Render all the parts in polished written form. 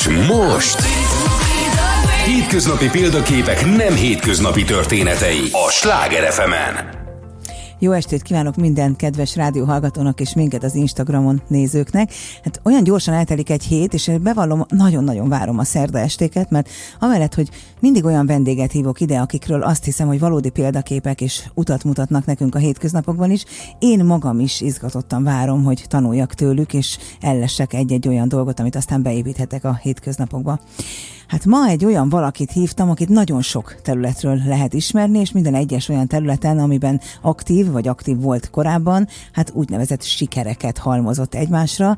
És most hétköznapi példaképek nem hétköznapi történetei a Sláger FM-en. Jó estét kívánok minden kedves rádióhallgatónak és minket az Instagramon nézőknek. Hát olyan gyorsan eltelik egy hét, és bevallom, nagyon-nagyon várom a szerda estéket, mert amellett, hogy mindig olyan vendéget hívok ide, akikről azt hiszem, hogy valódi példaképek és utat mutatnak nekünk a hétköznapokban is, én magam is izgatottan várom, hogy tanuljak tőlük, és ellessek egy-egy olyan dolgot, amit aztán beépíthetek a hétköznapokba. Hát ma egy olyan valakit hívtam, akit nagyon sok területről lehet ismerni, és minden egyes olyan területen, amiben aktív vagy aktív volt korábban, hát úgynevezett sikereket halmozott egymásra,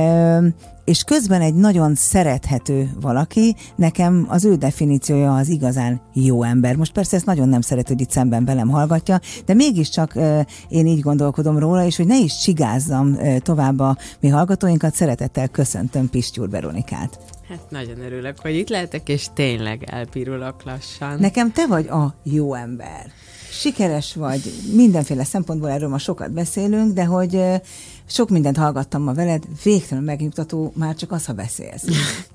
és közben egy nagyon szerethető valaki, nekem az ő definíciója az igazán jó ember. Most persze ezt nagyon nem szeret, hogy itt szemben velem hallgatja, de mégiscsak én így gondolkodom róla, és hogy ne is csigázzam tovább a mi hallgatóinkat, szeretettel köszöntöm Pistyúr Veronikát. Hát nagyon örülök, hogy itt lehetek, és tényleg elpirulok lassan. Nekem te vagy a jó ember. Sikeres vagy, mindenféle szempontból erről ma sokat beszélünk, de hogy sok mindent hallgattam ma veled, végtelenül megnyugtató, már csak az, ha beszélsz.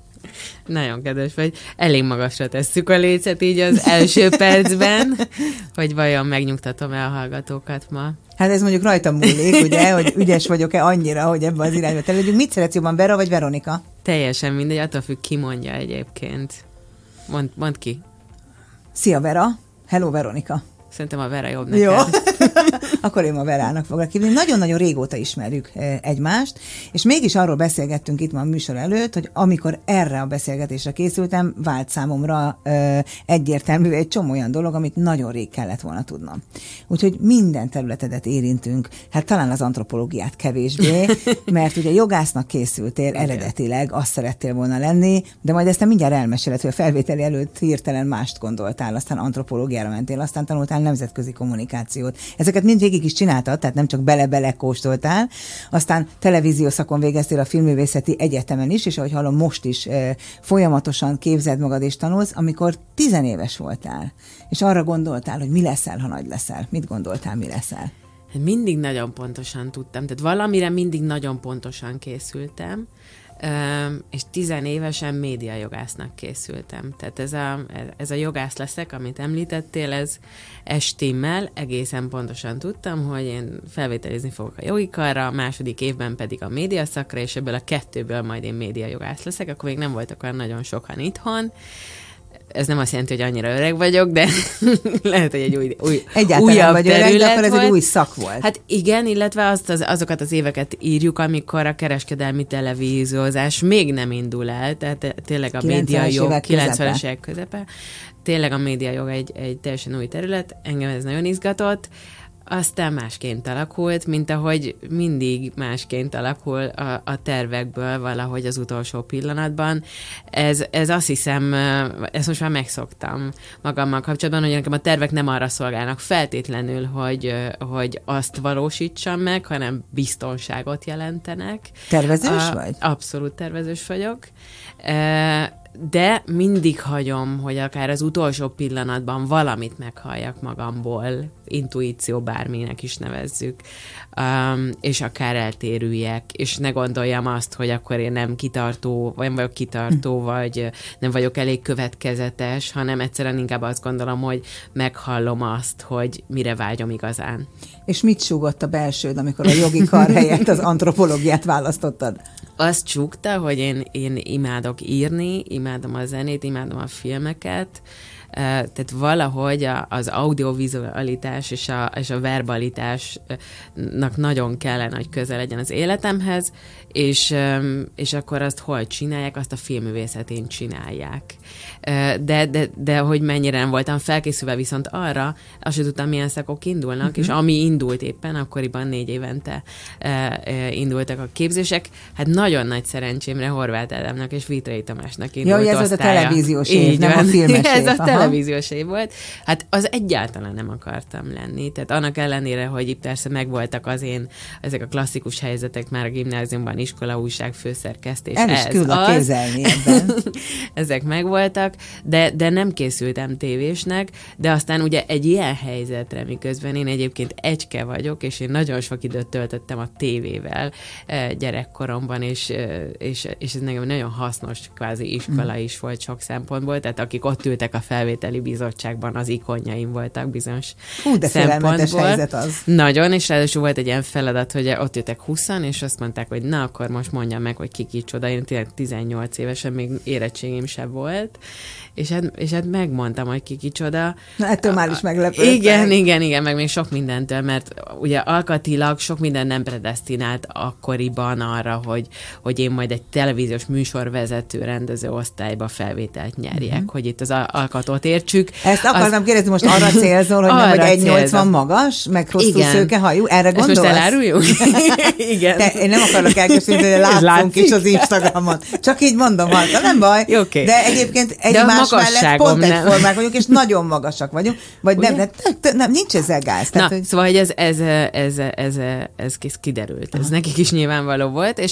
Nagyon kedves vagy. Elég magasra tesszük a lécet így az első percben, hogy vajon megnyugtatom-e a hallgatókat ma. Hát ez mondjuk rajtam múlik, ugye, hogy ügyes vagyok-e annyira, hogy ebben az irányba terjedjünk. Mit szeretsz jobban, Vera vagy Veronika? Teljesen mindegy, attól függ, ki mondja egyébként. Mondd ki. Szia, Vera. Hello, Veronika. Szerintem a Vera jobb neked. Jó. Akkor én ma Verának foglak hívni. Nagyon-nagyon régóta ismerjük egymást, és mégis arról beszélgettünk itt ma a műsor előtt, hogy amikor erre a beszélgetésre készültem, vált számomra egyértelmű egy csomó olyan dolog, amit nagyon rég kellett volna tudnom. Úgyhogy minden területedet érintünk, hát talán az antropológiát kevésbé, mert ugye jogásznak készültél eredetileg, azt szerettél volna lenni, de majd ezt mindjárt elmeséled, hogy a felvételi előtt hirtelen mást gondoltál, aztán antropológiára mentél, aztán tanultál nemzetközi kommunikációt. Ezeket mind végig is csináltad, tehát nem csak bele-bele kóstoltál. Aztán televíziószakon végeztél a Filmművészeti Egyetemen is, és ahogy hallom, most is folyamatosan képzeld magad és tanulsz, amikor 10 éves voltál. És arra gondoltál, hogy mi leszel, ha nagy leszel. Mit gondoltál, mi leszel? Mindig nagyon pontosan tudtam. Tehát valamire mindig nagyon pontosan készültem. És 10 évesen médiajogásznak készültem. Tehát ez a jogász leszek, amit említettél, ez stimmel, egészen pontosan tudtam, hogy én felvételizni fogok a jogi karra, a második évben pedig a médiaszakra, és ebből a 2-ből majd én médiajogász leszek, akkor még nem voltak olyan nagyon sokan itthon. Ez nem azt jelenti, hogy annyira öreg vagyok, de lehet, hogy egy újabb vagy terület öreg, de akkor ez volt. egy új szak volt. Hát igen, illetve azokat az éveket írjuk, amikor a kereskedelmi televíziózás még nem indul el, tehát tényleg a médiajog 90-es évek közepe. Tényleg a médiajog egy teljesen új terület, engem ez nagyon izgatott. Aztán másként alakult, mint ahogy mindig másként alakul a tervekből valahogy az utolsó pillanatban. Ez azt hiszem, ezt most már megszoktam magammal kapcsolatban, hogy nekem a tervek nem arra szolgálnak feltétlenül, hogy azt valósítsam meg, hanem biztonságot jelentenek. Tervezős vagy? Abszolút tervezős vagyok. De mindig hagyom, hogy akár az utolsó pillanatban valamit meghalljak magamból, intuíció, bárminek is nevezzük, és akár eltérüljek, és ne gondoljam azt, hogy akkor én nem vagyok kitartó, vagy nem vagyok elég következetes, hanem egyszerűen inkább azt gondolom, hogy meghallom azt, hogy mire vágyom igazán. És mit súgott a belsőd, amikor a jogi kar helyett az antropológiát választottad? Azt súgta, hogy én imádok írni, imádom a zenét, imádom a filmeket, tehát valahogy az audiovizualitás és a verbalitásnak nagyon kellene, hogy közel legyen az életemhez, és akkor azt hol csinálják, azt a filmművészetén csinálják. De hogy mennyire nem voltam felkészülve viszont arra, azt sem tudtam, milyen szakok indulnak, és ami indult éppen, akkoriban 4 évente indultak a képzések. Hát nagyon nagy szerencsémre Horváth Ádámnak és Vitrai Tamásnak én indult osztálya. Ja, ez a televíziós év, nem a filmes év. Ez a televíziós év volt. Hát az egyáltalán nem akartam lenni. Tehát annak ellenére, hogy itt persze megvoltak ezek a klasszikus helyzetek már a gimnáziumban, iskola, újság, főszerkesztés. El is küld képzelni ebben. Ezek megvoltak, de nem készültem tévésnek, de aztán ugye egy ilyen helyzetre, miközben én egyébként egyke vagyok, és én nagyon sok időt töltöttem a tévével gyerekkoromban, és ez nekem nagyon hasznos kvázi iskola is volt sok szempontból, tehát akik ott ültek a felvételi bizottságban, az ikonjaim voltak bizonyos de félelmetes helyzet az. Nagyon, és ráadásul volt egy ilyen feladat, hogy ott ültek 20-an, és azt mondták, hogy na, akkor most mondjam meg, hogy ki kicsoda. Én 18 évesen még érettségim sem volt, és hát megmondtam, hogy ki kicsoda. Na, ettől már is meglepődtem. Igen, meg még sok mindentől, mert ugye alkatilag sok minden nem predesztinált akkoriban arra, hogy én majd egy televíziós műsorvezető rendező osztályba felvételt nyerjek, hogy itt az alkatot értsük. Ezt akartam kérdezni, most arra célzol, hogy nem vagy 1,80 magas, meg hosszú szőkehajú, erre gondolsz? Ezt most eláruljunk? Igen. Én nem akarok elköszönni, hogy látszunk is az Instagramon. Csak így mondom, nem baj. Okay. De egyébként egymás mellett pont egyformák vagyunk, és nagyon magasak vagyunk, vagy nem, nincs ezzel gáz. Tehát, hogy... Szóval, hogy ez kiderült. Ez nekik is nyilvánvaló volt,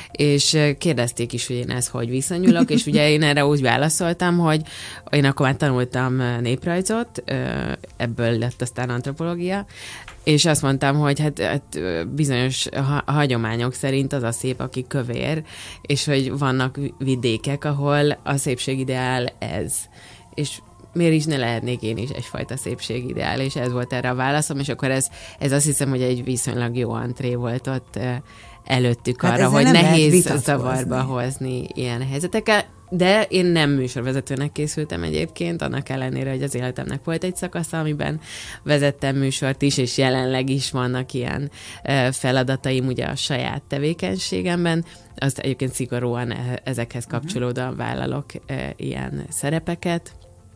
és kérdezték is, hogy én ezt hogy viszonyulok, és ugye én erre úgy válaszoltam, hogy én akkor már tanultam néprajzot, ebből lett aztán antropológia, és azt mondtam, hogy hát bizonyos hagyományok szerint az a szép, aki kövér, és hogy vannak vidékek, ahol a szépségideál ez. És miért is ne lehetnék én is egyfajta szépségideál, és ez volt erre a válaszom, és akkor ez azt hiszem, hogy egy viszonylag jó antré volt ott előttük arra, hogy nehéz zavarba hozni ilyen helyzetekkel. De én nem műsorvezetőnek készültem egyébként, annak ellenére, hogy az életemnek volt egy szakasza, amiben vezettem műsort is, és jelenleg is vannak ilyen feladataim ugye a saját tevékenységemben. Azt egyébként szigorúan ezekhez kapcsolódóan vállalok ilyen szerepeket.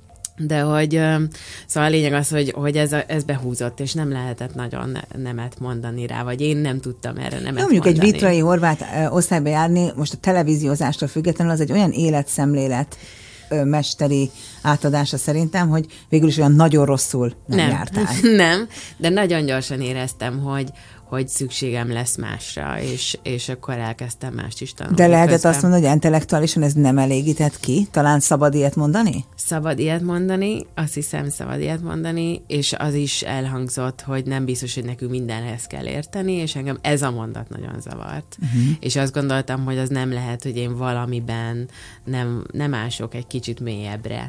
De hogy, szóval a lényeg az, hogy ez behúzott, és nem lehetett nagyon nemet mondani rá, vagy én nem tudtam erre nemet mondani. Mondjuk egy Vitrai Horváth osztályba járni, most a televíziózástól függetlenül az egy olyan életszemlélet mesteri átadása szerintem, hogy végül is olyan nagyon rosszul nem jártál. Nem, de nagyon gyorsan éreztem, hogy szükségem lesz másra, és akkor elkezdtem mást is tanulni. De lehetett azt mondani, hogy intellektuálisan ez nem elégített ki? Talán szabad ilyet mondani? Szabad ilyet mondani, azt hiszem szabad ilyet mondani, és az is elhangzott, hogy nem biztos, hogy nekünk mindenhez kell érteni, és engem ez a mondat nagyon zavart. És azt gondoltam, hogy az nem lehet, hogy én valamiben nem ások egy kicsit mélyebbre.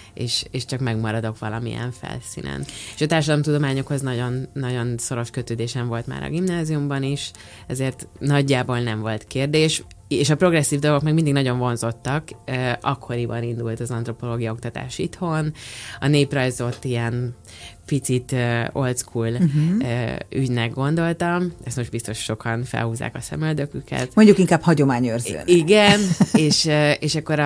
És csak megmaradok valamilyen felszínen. És a társadalomtudományokhoz nagyon, nagyon szoros kötődésem volt már a gimnáziumban is, ezért nagyjából nem volt kérdés, és a progresszív dolgok meg mindig nagyon vonzottak. Akkoriban indult az antropológia oktatás itthon, a néprajzot ilyen picit old school ügynek gondoltam. Ezt most biztos sokan felhúzzák a szemöldöküket. Mondjuk inkább hagyományőrzőnek. Igen, és akkor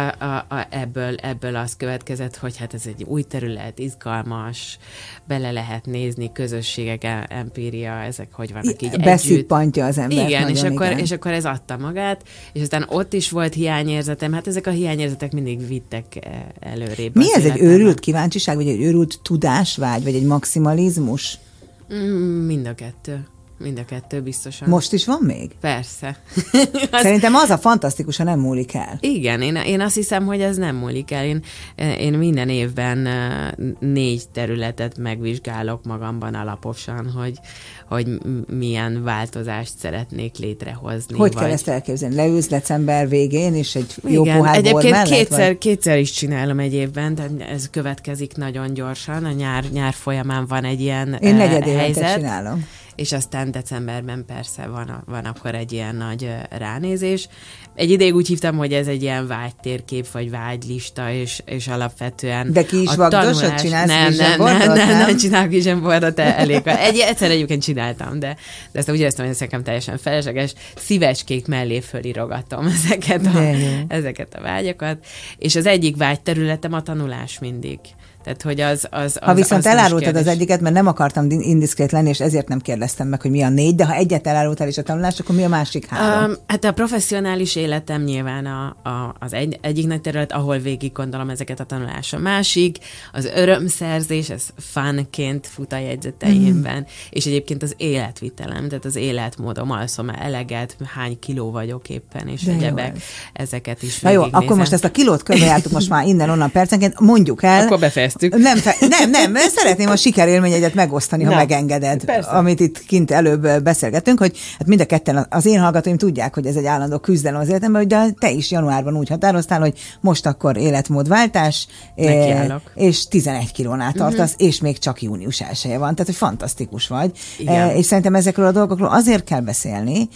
ebből az következett, hogy hát ez egy új terület, izgalmas, bele lehet nézni, közösségek, empíria, ezek hogy vannak így beszippantja az embert. Igen, és akkor ez adta magát, és aztán ott is volt hiányérzetem, hát ezek a hiányérzetek mindig vittek előrébb. Mi ez, egy őrült kíváncsiság, vagy egy őrült tudásvágy, vagy egy maximalizmus? Mind a kettő biztosan. Most is van még? Persze. Szerintem az a fantasztikus, ha nem múlik el. Igen, én azt hiszem, hogy ez nem múlik el. Én minden évben 4 területet megvizsgálok magamban alaposan, hogy milyen változást szeretnék létrehozni. Hogy kell ezt elképzelni? Leülsz december végén, és egy jó pohár bor mellett? Egyébként kétszer is csinálom egy évben, tehát ez következik nagyon gyorsan. A nyár folyamán van egy ilyen Én negyedévente csinálom. És aztán decemberben persze van akkor egy ilyen nagy ránézés. Egy ideig úgy hívtam, hogy ez egy ilyen vágytérkép, vagy vágylista, és alapvetően de ki is vagdosod, csinálsz visionboardot? Nem csinálok visionboardot, elég. Egyszer egyébként csináltam, de ezt úgy éreztem, hogy ez nekem teljesen felesleges. Szívecskék mellé fölirogatom ezeket a vágyakat. És az egyik vágyterületem a tanulás mindig. Tehát, hogy az ha viszont elárultad az egyiket, mert nem akartam indiszkrét lenni, és ezért nem kérdeztem meg, hogy mi a 4, de ha egyet elárultál is a tanulás, akkor mi a másik 3? Hát a professzionális életem nyilván az egyik nagy terület, ahol végig gondolom ezeket a tanulás. A másik, az örömszerzés, ez funként fut a jegyzeteimben, és egyébként az életvitelem, tehát az életmódom, alszom eleget, hány kiló vagyok éppen, és egyebek, ezeket is végignézem. Na jó, akkor most ezt a kilót körbejártuk most már innen-onnan percenként, mondjuk el. Akkor befejeztük. Nem, szeretném a sikerélményedet megosztani, ha megengeded, persze. Amit itt kint előbb beszélgettünk, hogy hát mind a ketten, az én hallgatóim tudják, hogy ez egy állandó küzdelem az életemben, hogy de te is januárban úgy határoztál, hogy most akkor életmódváltás, és 11 kilónál tartasz, és még csak június 1-e van, tehát hogy fantasztikus vagy. És szerintem ezekről a dolgokról azért kell beszélni,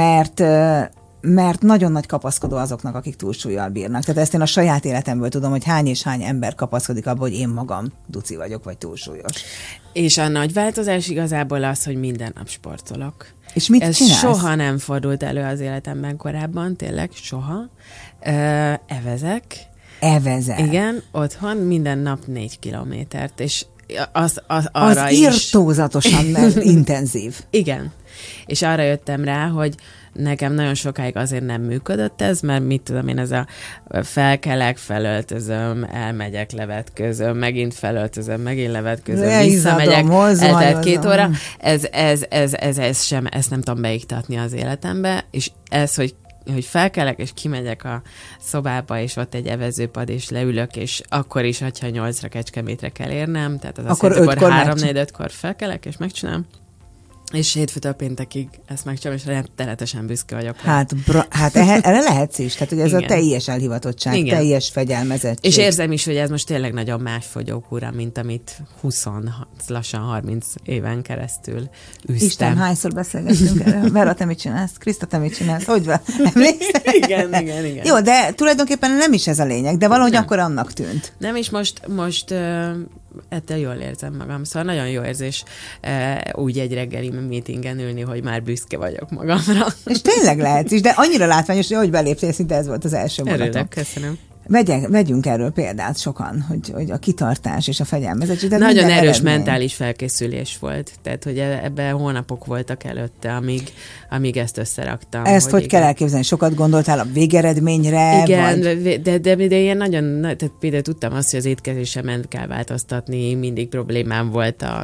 mert nagyon nagy kapaszkodó azoknak, akik túlsúllyal bírnak. Tehát ezt én a saját életemből tudom, hogy hány és hány ember kapaszkodik abba, hogy én magam duci vagyok, vagy túlsúlyos. És a nagy változás igazából az, hogy minden nap sportolok. És mit ez csinálsz? Soha nem fordult elő az életemben korábban, tényleg soha. Evezek. Evezek? Igen, otthon minden nap 4 kilométert, és arra az irtózatosan intenzív. Igen. És arra jöttem rá, hogy nekem nagyon sokáig azért nem működött ez, mert mit tudom én, ez a felkelek, felöltözöm, elmegyek, levetközöm, megint felöltözöm, megint levetközöm, visszamegyek, eltelt 2 óra. Ezt nem tudom beiktatni az életembe, és ez, hogy felkelek, és kimegyek a szobába, és ott egy evezőpad, és leülök, és akkor is, hogyha 8-ra Kecskemétre kell érnem, tehát az akkor azt jelenti, akkor 3-4-5-kor felkelek, és megcsinálom. És hétfőtől péntekig ezt megcsinálom, és rettenetesen büszke vagyok. Hát erre lehetsz is, tehát hogy ez igen. A teljes elhivatottság, igen. Teljes fegyelmezettség. És érzem is, hogy ez most tényleg nagyon más fogyókúra, mint amit 20, lassan 30 éven keresztül üztem. Isten, hányszor beszélgettünk erről? Vera, te mit csinálsz? Kriszta, te mit csinálsz? Hogy van? Emlékszel? Igen. Jó, de tulajdonképpen nem is ez a lényeg, de valahogy nem. Akkor annak tűnt. Nem, és most ettől jól érzem magam. Szóval nagyon jó érzés úgy egy reggeli meetingen ülni, hogy már büszke vagyok magamra. És tényleg lehetsz is, de annyira látványos, hogy ahogy beléptél, szinte ez volt az első mondatom. Örülök, köszönöm. Vegyünk erről példát sokan, hogy a kitartás és a fegyelmezettség. Nagyon erős mentális felkészülés volt. Tehát, hogy ebben hónapok voltak előtte, amíg ezt összeraktam. Ezt hogy kell elképzelni? Sokat gondoltál a végeredményre? Igen, vagy? De ilyen nagyon, tehát például tudtam azt, hogy az étkezésemen kell változtatni, mindig problémám volt a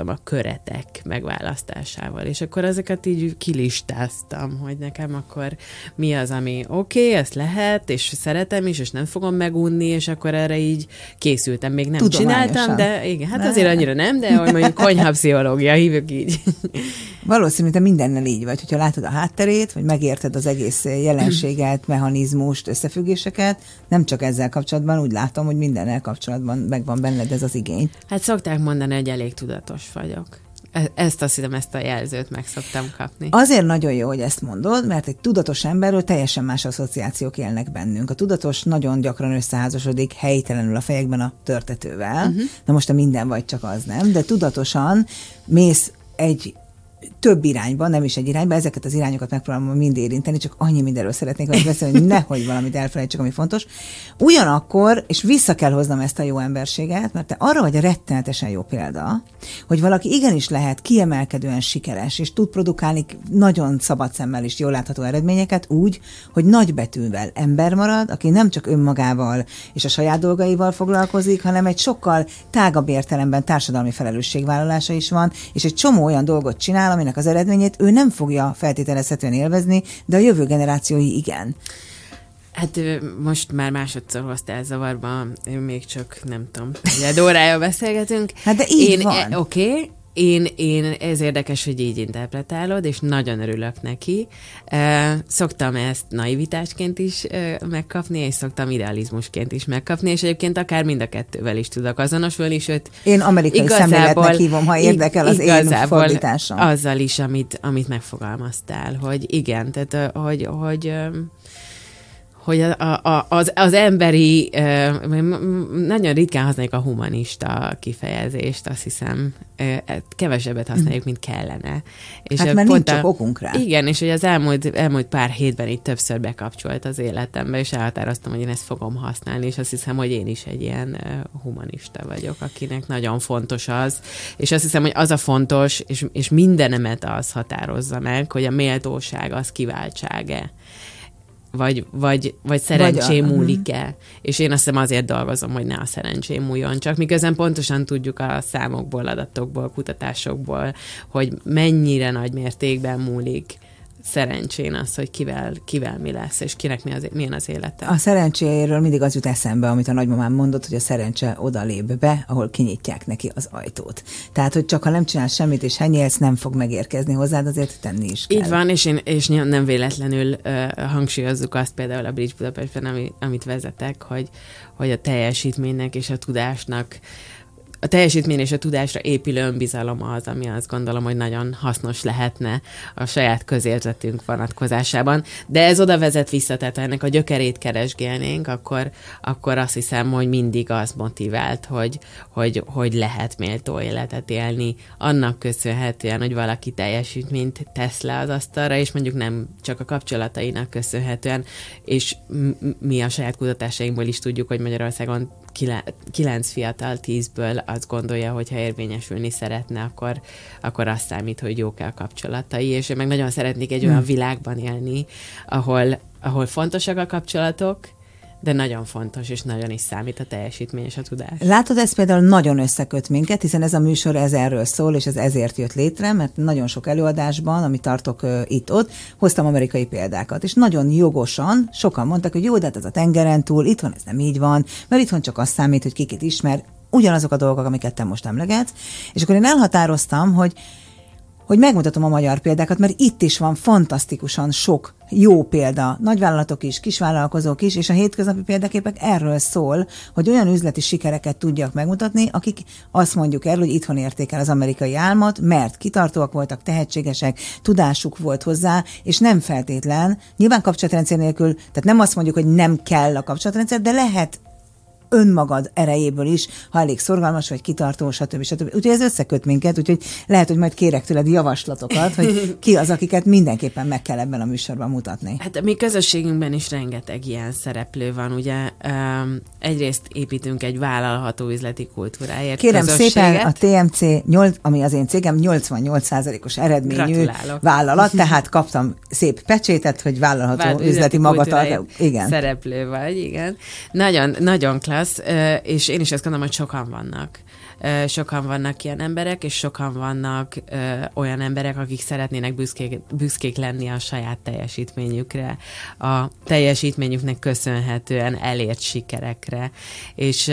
köretek megválasztásával, és akkor ezeket így kilistáztam, hogy nekem akkor mi az, ami oké, ezt lehet, és szeretem is, és nem fogom megunni, és akkor erre így készültem. Még nem csináltam, de igen, hát azért annyira nem, de hogy mondjuk konyhapszichológia, hívjuk így. Valószínű, te mindennel így vagy, hogyha látod a hátterét, vagy megérted az egész jelenséget, mechanizmust, összefüggéseket, nem csak ezzel kapcsolatban, úgy látom, hogy mindennel kapcsolatban megvan benned ez az igény. Hát szokták mondani, hogy elég tudatos vagyok. Azt hiszem, ezt a jelzőt meg szoktam kapni. Azért nagyon jó, hogy ezt mondod, mert egy tudatos emberről teljesen más asszociációk élnek bennünk. A tudatos nagyon gyakran összeházasodik helytelenül a fejekben a törtetővel. Na most a minden vagy csak az nem, de tudatosan mész egy több irányba, nem is egy irányba, ezeket az irányokat megpróbálom mind érinteni, csak annyi mindenről szeretnék veled beszélni, hogy nehogy valamit elfelejtsek, ami fontos. Ugyanakkor, és vissza kell hoznom ezt a jó emberséget, mert te arra vagy a rettenetesen jó példa, hogy valaki igenis lehet kiemelkedően sikeres, és tud produkálni nagyon szabad szemmel is jól látható eredményeket úgy, hogy nagybetűvel ember marad, aki nem csak önmagával és a saját dolgaival foglalkozik, hanem egy sokkal tágabb értelemben társadalmi felelősségvállalása is van, és egy csomó olyan dolgot csinál, aminek az eredményét ő nem fogja feltételezhetően élvezni, de a jövő generációi igen. Hát most már másodszor hoztál zavarba, még csak nem tudom, egy órája beszélgetünk. Hát de így van. Oké. Én ez érdekes, hogy így interpretálod, és nagyon örülök neki. Szoktam ezt naivitásként is megkapni, és szoktam idealizmusként is megkapni, és egyébként akár mind a kettővel is tudok azonosulni, sőt, én amerikai szemléletnek hívom, ha érdekel az én fordításom. Azzal is, amit megfogalmaztál, hogy igen, tehát hogy az emberi, nagyon ritkán használjuk a humanista kifejezést, azt hiszem, kevesebbet használjuk, mint kellene. És hát mert nincs csak okunk rá. Igen, és hogy az elmúlt pár hétben itt többször bekapcsolt az életembe, és elhatároztam, hogy én ezt fogom használni, és azt hiszem, hogy én is egy ilyen humanista vagyok, akinek nagyon fontos az, és azt hiszem, hogy az a fontos, és mindenemet az határozza meg, hogy a méltóság az kiváltság-e. Vagy szerencsém múlik-e. És én azt hiszem azért dolgozom, hogy ne a szerencsém múljon csak, miközben pontosan tudjuk a számokból, adatokból, kutatásokból, hogy mennyire nagy mértékben múlik szerencsén az, hogy kivel mi lesz, és kinek milyen az élete. A szerencséről mindig az jut eszembe, amit a nagymamám mondott, hogy a szerencse oda lép be, ahol kinyitják neki az ajtót. Tehát, hogy csak ha nem csinálsz semmit, és henyélsz, nem fog megérkezni hozzád, azért tenni is kell. Így van, és nem véletlenül hangsúlyozzuk azt például a Bridge Budapestben, amit vezetek, hogy a teljesítménynek és a tudásnak a teljesítmény és a tudásra épülő önbizalom az, ami azt gondolom, hogy nagyon hasznos lehetne a saját közérzetünk vonatkozásában. De ez oda vezet vissza, tehát ha ennek a gyökerét keresgélnénk, akkor azt hiszem, hogy mindig az motivált, hogy lehet méltó életet élni, annak köszönhetően, hogy valaki teljesítményt tesz le az asztalra, és mondjuk nem csak a kapcsolatainak köszönhetően, és mi a saját kutatásainkból is tudjuk, hogy Magyarországon 9 fiatal 10-ből azt gondolja, hogy ha érvényesülni szeretne, akkor azt számít, hogy jók a kapcsolatai, és én meg nagyon szeretnék egy olyan világban élni, ahol fontosak a kapcsolatok, de nagyon fontos, és nagyon is számít a teljesítmény és a tudás. Látod, ez például nagyon összeköt minket, hiszen ez a műsor erről szól, és ez ezért jött létre, mert nagyon sok előadásban, amit tartok itt-ott, hoztam amerikai példákat, és nagyon jogosan sokan mondtak, hogy jó, de hát ez a tengeren túl, itthon ez nem így van, mert itthon csak az számít, hogy kikit ismer, ugyanazok a dolgok, amiket te most emlegetsz, és akkor én elhatároztam, hogy megmutatom a magyar példákat, mert itt is van fantasztikusan sok jó példa, nagyvállalatok is, kisvállalkozók is, és a hétköznapi példaképek erről szól, hogy olyan üzleti sikereket tudjak megmutatni, akik azt mondjuk el, hogy itthon érték el az amerikai álmot, mert kitartóak voltak, tehetségesek, tudásuk volt hozzá, és nem feltétlen, nyilván kapcsolatrendszer nélkül, tehát nem azt mondjuk, hogy nem kell a kapcsolatrendszer, de lehet önmagad erejéből is, ha elég szorgalmas vagy kitartó, stb. Úgyhogy ez összeköt minket, úgyhogy lehet, hogy majd kérek tőled javaslatokat, hogy ki az, akiket mindenképpen meg kell ebben a műsorban mutatni. Hát a mi közösségünkben is rengeteg ilyen szereplő van, ugye egyrészt építünk egy vállalható üzleti kultúráért Kérem közösséget. szépen, a TMC, ami az én cégem, 88%-os eredményű vállalat, tehát kaptam szép pecsétet, hogy vállalható üzleti magatartó. Igen. Szereplő vagy, igen. Nagyon, nagyon klassz, és én is azt gondolom, hogy sokan vannak. Sokan vannak ilyen emberek, és sokan vannak olyan emberek, akik szeretnének büszkék lenni a saját teljesítményükre, a teljesítményüknek köszönhetően elért sikerekre, és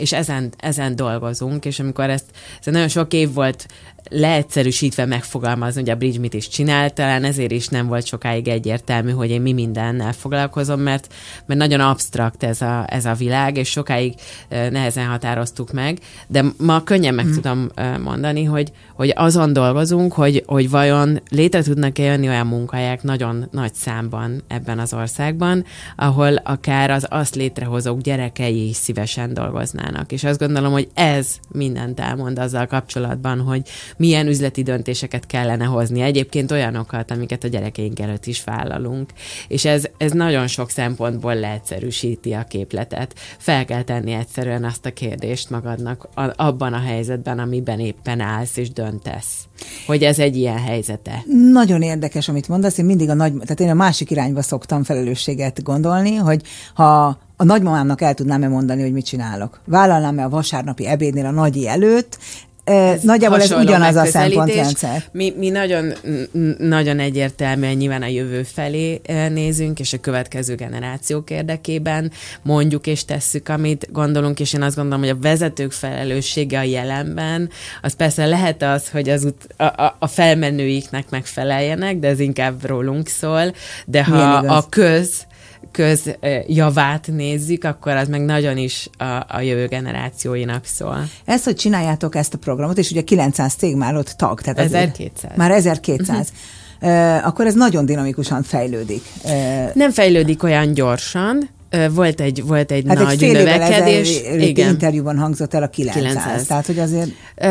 ezen dolgozunk, és amikor ez nagyon sok év volt leegyszerűsítve megfogalmazni, hogy a Bridge mit is csinál, talán ezért is nem volt sokáig egyértelmű, hogy én mi mindennel foglalkozom, mert nagyon absztrakt ez a világ, és sokáig nehezen határoztuk meg, de ma könnyen meg tudom mondani, hogy azon dolgozunk, hogy vajon létre tudnak-e jönni olyan munkahelyek nagyon nagy számban ebben az országban, ahol akár az azt létrehozók gyerekei is szívesen dolgoznának. És azt gondolom, hogy ez mindent elmond azzal kapcsolatban, hogy milyen üzleti döntéseket kellene hozni. Egyébként olyanokat, amiket a gyerekeink előtt is vállalunk. És ez nagyon sok szempontból leegyszerűsíti a képletet. Fel kell tenni egyszerűen azt a kérdést magadnak abban a helyzetben, amiben éppen állsz és döntesz. Hogy ez egy ilyen helyzete. Nagyon érdekes, amit mondasz. Én mindig tehát én a másik irányba szoktam felelősséget gondolni, hogy ha a nagymamámnak el tudnám-e mondani, hogy mit csinálok. Vállalnám-e a vasárnapi ebédnél a nagyi előtt, nagyjából ez ugyanaz a szempontrendszer. Mi nagyon, nagyon egyértelműen nyilván a jövő felé nézünk, és a következő generációk érdekében mondjuk és tesszük, amit gondolunk, és én azt gondolom, hogy a vezetők felelőssége a jelenben, az persze lehet az, hogy a felmenőiknek megfeleljenek, de ez inkább rólunk szól, de ha a közjavát nézzük, akkor az meg nagyon is a jövő generációinak szól. Ez, hogy csináljátok ezt a programot, és ugye 900 cég már ott tag. Tehát 1200. Már 1200. akkor ez nagyon dinamikusan fejlődik. Nem fejlődik olyan gyorsan. Volt egy nagy növekedés. Igen. Interjúban hangzott el a 900. Tehát, hogy azért...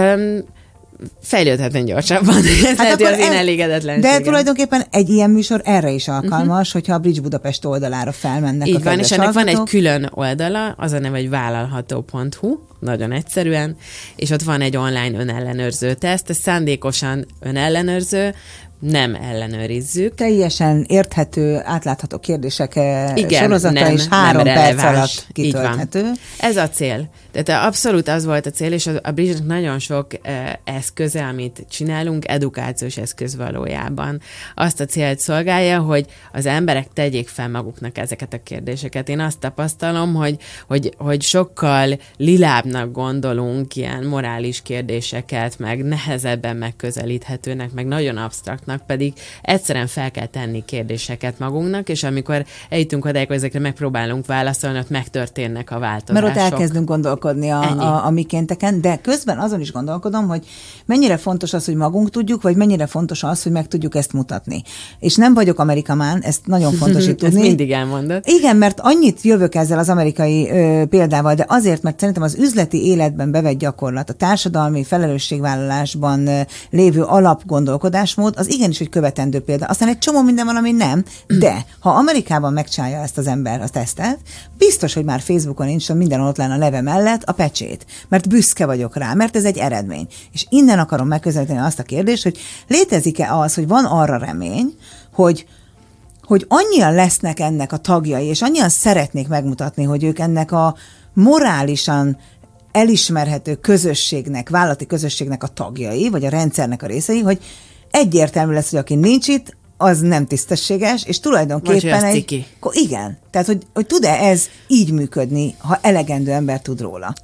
Fejlődhetne gyorsabban. Tehát az én elégedetlenségem. De tulajdonképpen egy ilyen műsor erre is alkalmas, hogyha a Bridge Budapest oldalára felmennek így a van, és ennek hallgatók. van egy külön oldala, az a neve, hogy vállalható.hu, nagyon egyszerűen, és ott van egy online önellenőrző teszt, ez szándékosan önellenőrző, nem ellenőrizzük. Teljesen érthető, átlátható kérdések sorozata, és 3 perc alatt kitölthető. Ez a cél. Tehát abszolút az volt a cél, és a Bridge-nek nagyon sok eszköze, amit csinálunk, edukációs eszköz valójában. Azt a célt szolgálja, hogy az emberek tegyék fel maguknak ezeket a kérdéseket. Én azt tapasztalom, hogy sokkal lilábbnak gondolunk ilyen morális kérdéseket, meg nehezebben megközelíthetőnek, meg nagyon absztraktnak, pedig egyszerűen fel kell tenni kérdéseket magunknak, és amikor eljutunk odáig, hogy ezekre megpróbálunk válaszolni, ott megtörténnek a változások. Mert ott elkezdünk gondolkodni a mikénteken, de közben azon is gondolkodom, hogy mennyire fontos az, hogy magunk tudjuk, vagy mennyire fontos az, hogy meg tudjuk ezt mutatni. És nem vagyok amerikamán, ezt nagyon fontos itt tudni. Ezt mindig elmondod. Igen, mert annyit jövök ezzel az amerikai példával, de azért, mert szerintem az üzleti életben bevett gyakorlat, a társadalmi felelősségvállalásban lévő alapgondolkodásmód, az igenis, hogy követendő példa. Aztán egy csomó minden van, ami nem, de ha Amerikában megcsinálja ezt az ember a tesztet, biztos, hogy már Facebookon nincs minden ott lenne a neve mellett a pecsét, mert büszke vagyok rá, mert ez egy eredmény. És innen akarom megközelíteni azt a kérdést, hogy létezik-e az, hogy van arra remény, hogy annyian lesznek ennek a tagjai, és annyian szeretnék megmutatni, hogy ők ennek a morálisan elismerhető közösségnek, vállalati közösségnek a tagjai, vagy a rendszernek a részei, hogy egyértelmű lesz, hogy aki nincs itt, az nem tisztességes, és tulajdonképpen igen. Tehát, hogy tud-e ez így működni, ha elegendő ember tud róla?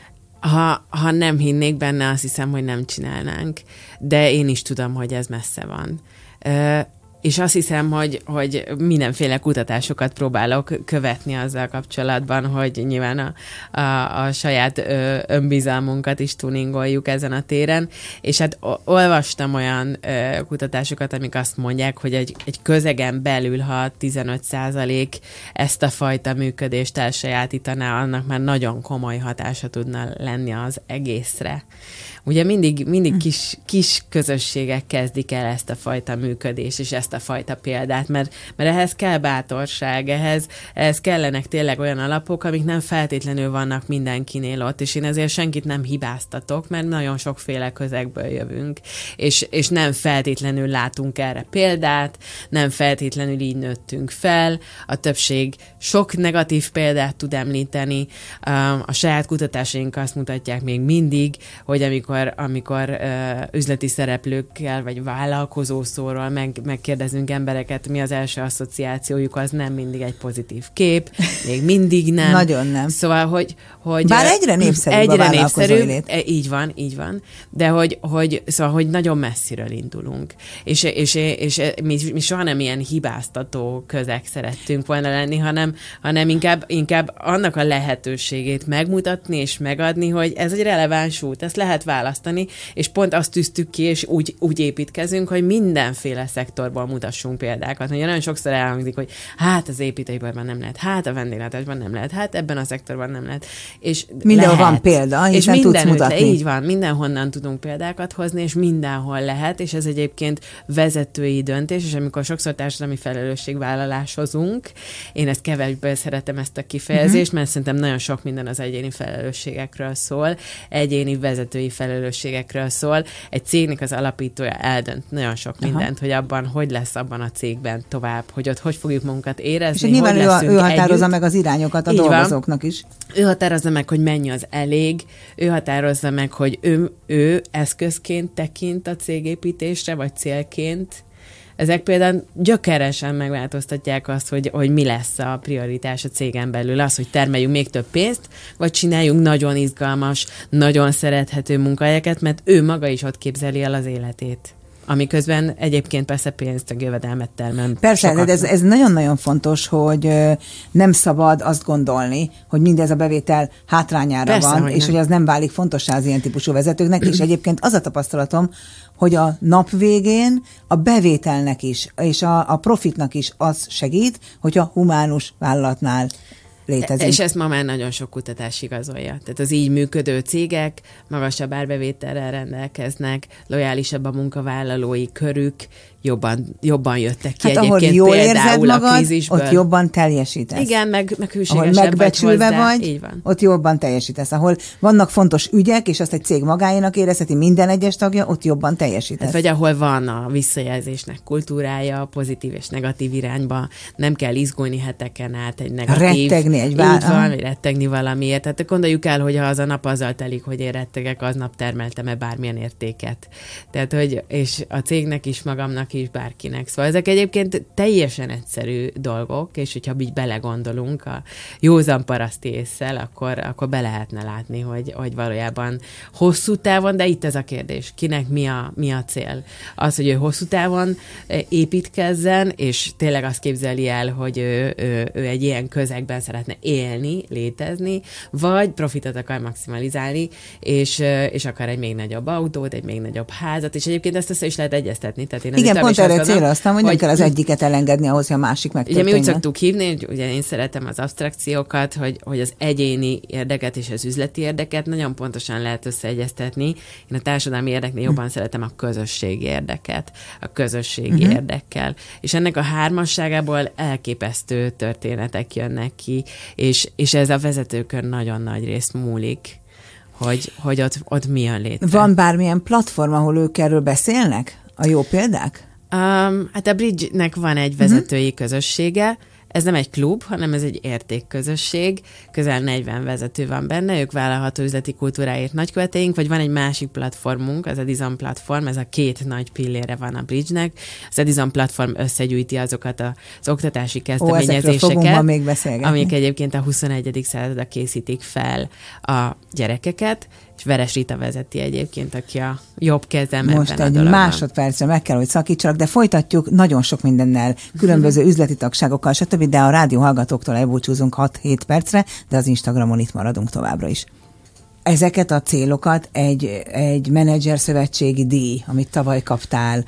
Ha nem hinnék benne, azt hiszem, hogy nem csinálnánk. De én is tudom, hogy ez messze van. És azt hiszem, hogy mindenféle kutatásokat próbálok követni azzal kapcsolatban, hogy nyilván a saját önbizalmunkat is tuningoljuk ezen a téren, és hát olvastam olyan kutatásokat, amik azt mondják, hogy egy közegen belül, ha 15% ezt a fajta működést elsajátítaná, annak már nagyon komoly hatása tudna lenni az egészre. Ugye mindig kis közösségek kezdik el ezt a fajta működést, és ezt a fajta példát, mert ehhez kell bátorság, ehhez kellenek tényleg olyan alapok, amik nem feltétlenül vannak mindenkinél ott, és én ezért senkit nem hibáztatok, mert nagyon sokféle közegből jövünk, és nem feltétlenül látunk erre példát, nem feltétlenül így nőttünk fel, a többség sok negatív példát tud említeni, a saját kutatásaink azt mutatják még mindig, hogy amikor üzleti szereplőkkel, vagy vállalkozó szóról megkérdezünk embereket, mi az első asszociációjuk, az nem mindig egy pozitív kép, még mindig nem. Nagyon nem. Szóval, hogy bár egyre népszerűbb a vállalkozó élet. Így van, de hogy nagyon messziről indulunk. És mi soha nem ilyen hibáztató közeg szerettünk volna lenni, hanem inkább annak a lehetőségét megmutatni és megadni, hogy ez egy releváns út, ezt lehet választani, és pont azt tűztük ki, és úgy építkezünk, hogy mindenféle szektorból mutassunk példákat. Nagyon sokszor elhangzik, hogy hát az építőiparban nem lehet, hát a vendéglátásban nem lehet, hát ebben a szektorban nem lehet. És mindenhol van példa, hiszen és tudsz mutatni. Így van, mindenhonnan tudunk példákat hozni, és mindenhol lehet, és ez egyébként vezetői döntés, és amikor sokszor társadalmi felelősségvállalás hozunk, én ezt kevésbé szeretem ezt a kifejezést, mert szerintem nagyon sok minden az egyéni felelősségekről szól, egyéni vezetői felelősségekről szól. Egy cégnek az alapítója eldönt nagyon sok mindent, hogy abban, hogy lesz abban a cégben tovább, hogy ott hogy fogjuk magunkat érezni, és nyilván ő határozza meg az irányokat a dolgozóknak is. Ő határozza meg, hogy mennyi az elég, ő határozza meg, hogy ő eszközként tekint a cégépítésre, vagy célként. Ezek például gyökeresen megváltoztatják azt, hogy mi lesz a prioritás a cégen belül. Az, hogy termeljünk még több pénzt, vagy csináljunk nagyon izgalmas, nagyon szerethető munkahelyeket, mert ő maga is ott képzeli el az életét. Amiközben egyébként persze pénzt, a jövedelmet termel. Persze, de ez nagyon-nagyon fontos, hogy nem szabad azt gondolni, hogy mindez a bevétel hátrányára persze, van, és hogy az nem válik fontossá az ilyen típusú vezetőknek, és egyébként az a tapasztalatom, hogy a nap végén a bevételnek is, és a profitnak is az segít, hogy a humánus vállalatnál létezik. És ezt ma már nagyon sok kutatás igazolja. Tehát az így működő cégek magasabb árbevétellel rendelkeznek, lojálisabb a munkavállalói körük, jobban jöttek ki ahol jól érzed magad, ott jobban teljesítesz. Igen, meg hűségesebb ahol megbecsülve vagy, így van. Ott jobban teljesítesz. Ahol vannak fontos ügyek, és azt egy cég magáénak érezheti minden egyes tagja, ott jobban teljesítesz. Hát, vagy ahol van a visszajelzésnek kultúrája, pozitív és negatív irányba, nem kell izgulni heteken át egy negatív. Rettegni egy vagy rettegni valamiért. Tehát gondoljuk el, hogy ha az a nap azzal telik, hogy én rettegek, aznap termeltem-e bármilyen értéket. Tehát, hogy és a cégnek is, magamnak is, bárkinek. Szóval ezek egyébként teljesen egyszerű dolgok, és hogyha így belegondolunk a józan paraszti ésszel, akkor be lehetne látni, hogy valójában hosszú távon, de itt ez a kérdés, kinek mi a cél? Az, hogy ő hosszú távon építkezzen, és tényleg azt képzeli el, hogy ő egy ilyen közegben szeretne élni, létezni, vagy profitot akar maximalizálni, és akar egy még nagyobb autót, egy még nagyobb házat, és egyébként ezt össze is lehet egyeztetni. Tehát én igen, pont erre céloztam, hogy nem kell az egyiket elengedni ahhoz, hogy a másik megtörténjen. Ugye mi úgy szoktuk hívni, hogy ugye én szeretem az abstrakciókat, hogy az egyéni érdeket és az üzleti érdeket nagyon pontosan lehet összeegyeztetni. Én a társadalmi érdeknél jobban szeretem a közösségi érdeket, a közösségi érdekkel. És ennek a hármasságából elképesztő történetek jönnek ki, és ez a vezetőkön nagyon nagy részt múlik, hogy ott mi jön létre. Van bármilyen platform, ahol ők erről beszélnek? A jó példák? Hát a Bridge-nek van egy vezetői közössége, ez nem egy klub, hanem ez egy értékközösség, közel 40 vezető van benne, ők vállalható üzleti kultúráért nagyköveteink, vagy van egy másik platformunk, az Edison platform, ez a két nagy pillére van a Bridge-nek. Az Edison platform összegyűjti azokat az oktatási kezdeményezéseket, amik egyébként a 21. századra készítik fel a gyerekeket, és Veres Rita vezeti egyébként, aki a jobb kezem ebben most a egy dologban. Másodpercre meg kell, hogy szakítsalak, de folytatjuk nagyon sok mindennel, különböző üzleti tagságokkal, stb., de a rádió hallgatóktól elbúcsúzunk 6-7 percre, de az Instagramon itt maradunk továbbra is. Ezeket a célokat egy menedzser szövetségi díj, amit tavaly kaptál,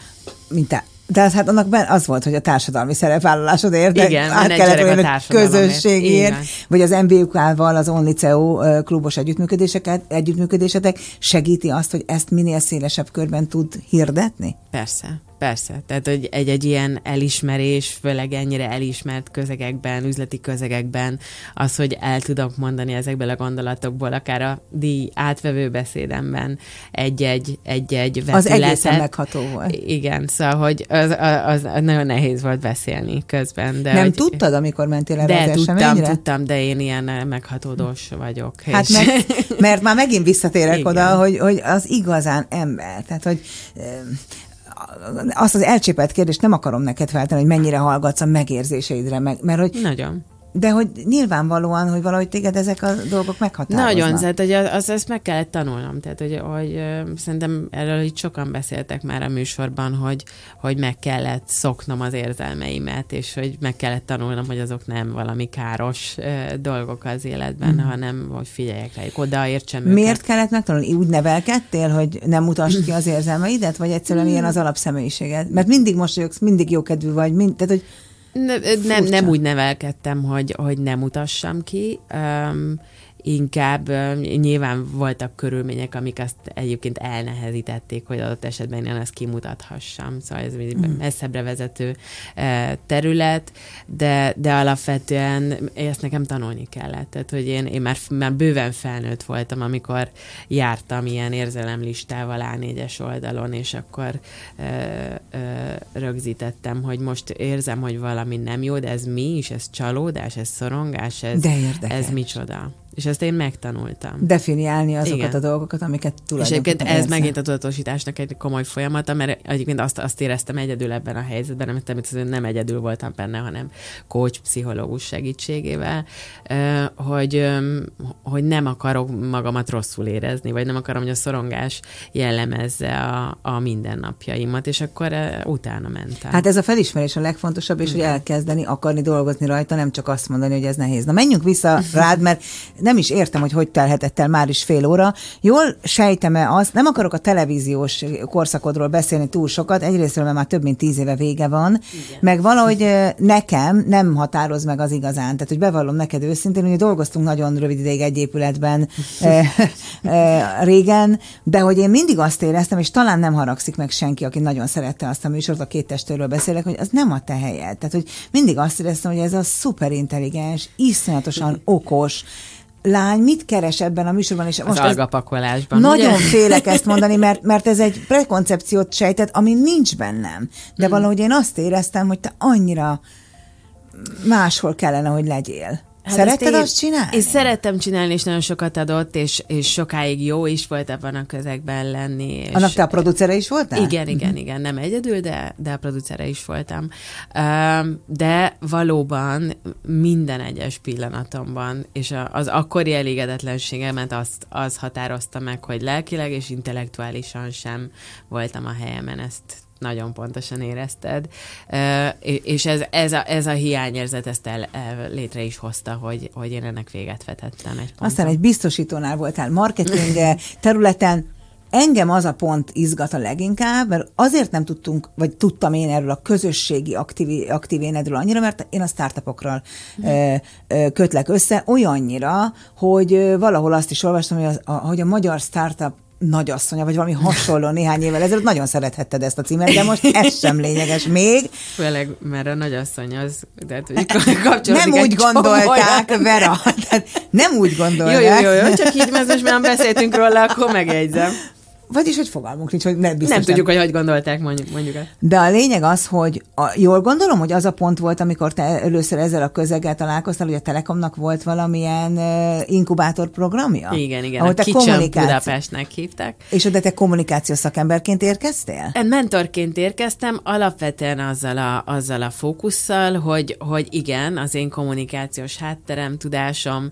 de hát annak az volt, hogy a társadalmi szerepvállalásod át kellett olyan a közösségért, vagy az MBUK-val az OnlyCEO klubos együttműködésetek segíti azt, hogy ezt minél szélesebb körben tud hirdetni? Persze. Tehát, hogy egy ilyen elismerés, főleg ennyire elismert közegekben, üzleti közegekben, az, hogy el tudok mondani ezekből a gondolatokból, akár a díj átvevő beszédemben egy vetületet. Az egészen megható volt. Igen, szóval, hogy az nagyon nehéz volt beszélni közben. De nem tudtad, amikor mentél erre az eseményre? Tudtam, de én ilyen meghatódós vagyok. Hát mert már megint visszatérek oda, hogy az igazán ember. Tehát, hogy azt az elcsépelt kérdést nem akarom neked feltenni, hogy mennyire hallgatsz a megérzéseidre, mert hogy... Nagyon. De hogy nyilvánvalóan, hogy valahogy téged ezek a dolgok meghatároznak. Nagyon, tehát hogy ezt meg kellett tanulnom. Tehát, hogy szerintem erről itt sokan beszéltek már a műsorban, hogy meg kellett szoknom az érzelmeimet, és hogy meg kellett tanulnom, hogy azok nem valami káros dolgok az életben, hanem hogy figyeljek rájuk, odaértsem őket. Miért kellett megtanulni? Úgy nevelkedtél, hogy nem mutasd ki az érzelmeidet, vagy egyszerűen ilyen az alapszemélyiséged? Mert mindig mosolyogsz, mindig jókedvű vagy, tehát, hogy nem úgy nevelkedtem, hogy nem mutassam ki, inkább nyilván voltak körülmények, amik azt egyébként elnehezítették, hogy adott esetben én ezt kimutathassam. Szóval ez messzebbre vezető terület, de alapvetően ezt nekem tanulni kellett. Tehát, hogy én már bőven felnőtt voltam, amikor jártam ilyen érzelemlistával A4-es oldalon, és akkor rögzítettem, hogy most érzem, hogy valami nem jó, de ez mi is, ez csalódás, ez szorongás, ez micsoda. És ezt én megtanultam. Definiálni azokat a dolgokat, amiket tulajdonképpen. És egyébként ez megint a tudatosításnak egy komoly folyamata, mert egyébként azt éreztem egyedül ebben a helyzetben, amit természetesen nem egyedül voltam benne, hanem coach, pszichológus segítségével, hogy nem akarok magamat rosszul érezni, vagy nem akarom, hogy a szorongás jellemezze a mindennapjaimat, és akkor utána mentem. Hát ez a felismerés a legfontosabb, és hogy elkezdeni akarni dolgozni rajta, nem csak azt mondani, hogy ez nehéz. Na menjünk vissza rád, mert nem is értem, hogy telhetett el már is fél óra. Jól sejtem-e azt, nem akarok a televíziós korszakodról beszélni túl sokat, egyrésztről, mert már több mint 10 éve vége van, igen. Meg valahogy nekem nem határoz meg az igazán. Tehát, hogy bevallom neked őszintén, hogy dolgoztunk nagyon rövid ideig egy épületben régen, de hogy én mindig azt éreztem, és talán nem haragszik meg senki, aki nagyon szerette azt a műsort, a Két testőről beszélek, hogy az nem a te helyed. Tehát, hogy mindig azt éreztem, hogy ez a szuperintelligens, iszonyatosan okos lány mit keres ebben a műsorban? És most algapakolásban. Nagyon félek ezt mondani, mert ez egy prekoncepciót sejtett, ami nincs bennem. De valahogy én azt éreztem, hogy te annyira máshol kellene, hogy legyél. Hát szeretted azt csinálni? Én szerettem csinálni, és nagyon sokat adott, és sokáig jó is volt ebben a közegben lenni. És annak te a producere is voltál? Igen. Nem egyedül, de a producere is voltam. De valóban minden egyes pillanatomban, és az akkori elégedetlenségemet az határozta meg, hogy lelkileg és intellektuálisan sem voltam a helyemen, ezt nagyon pontosan érezted, és ez a hiányérzet ezt létre is hozta, hogy én ennek véget vetettem egy ponton. Aztán egy biztosítónál voltál marketing területen. Engem az a pont izgat a leginkább, mert azért nem tudtunk, vagy tudtam én erről a közösségi aktív énedről annyira, mert én a startupokról kötlek össze olyannyira, hogy valahol azt is olvastam, hogy a magyar startup nagyasszonya, vagy valami hasonló néhány évvel ezelőtt nagyon szerethetted ezt a címet, de most ez sem lényeges még. Főleg, mert a nagyasszony az, tehát, hogy kapcsolódik. Nem úgy gondolták, Vera. Tehát nem úgy gondolják. Jó, csak így, mert most már beszéltünk róla, akkor megjegyzem. Vagyis, hogy fogalmunk nincs, hogy nem tudjuk, hogy gondolták, mondjuk ezt. De a lényeg az, hogy jól gondolom, hogy az a pont volt, amikor te először ezzel a közeggel találkoztál, hogy a Telekomnak volt valamilyen inkubátor programja? Igen. A Kitchen Budapestnek hívták. És de te kommunikációs szakemberként érkeztél? Mentorként érkeztem, alapvetően azzal a fókusszal, hogy igen, az én kommunikációs hátterem, tudásom,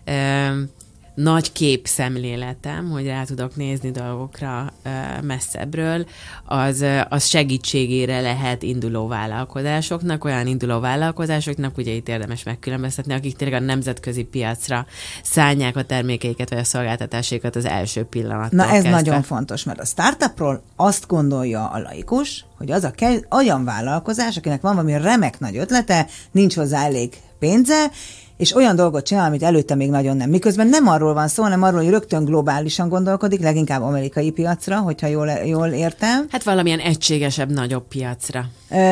nagy képszemléletem, hogy rá tudok nézni dolgokra messzebbről, az segítségére lehet induló vállalkozásoknak, olyan induló vállalkozásoknak, ugye itt érdemes megkülönböztetni, akik tényleg a nemzetközi piacra szállják a termékeiket vagy a szolgáltatásaikat az első pillanattól Na ez kezdve. Nagyon fontos, mert a startupról azt gondolja a laikus, hogy az olyan vállalkozás, akinek van valami remek nagy ötlete, nincs hozzá elég pénze, és olyan dolgot csinál, amit előtte még nagyon nem. Miközben nem arról van szó, hanem arról, hogy rögtön globálisan gondolkodik, leginkább amerikai piacra, hogyha jól értem. Hát valamilyen egységesebb, nagyobb piacra.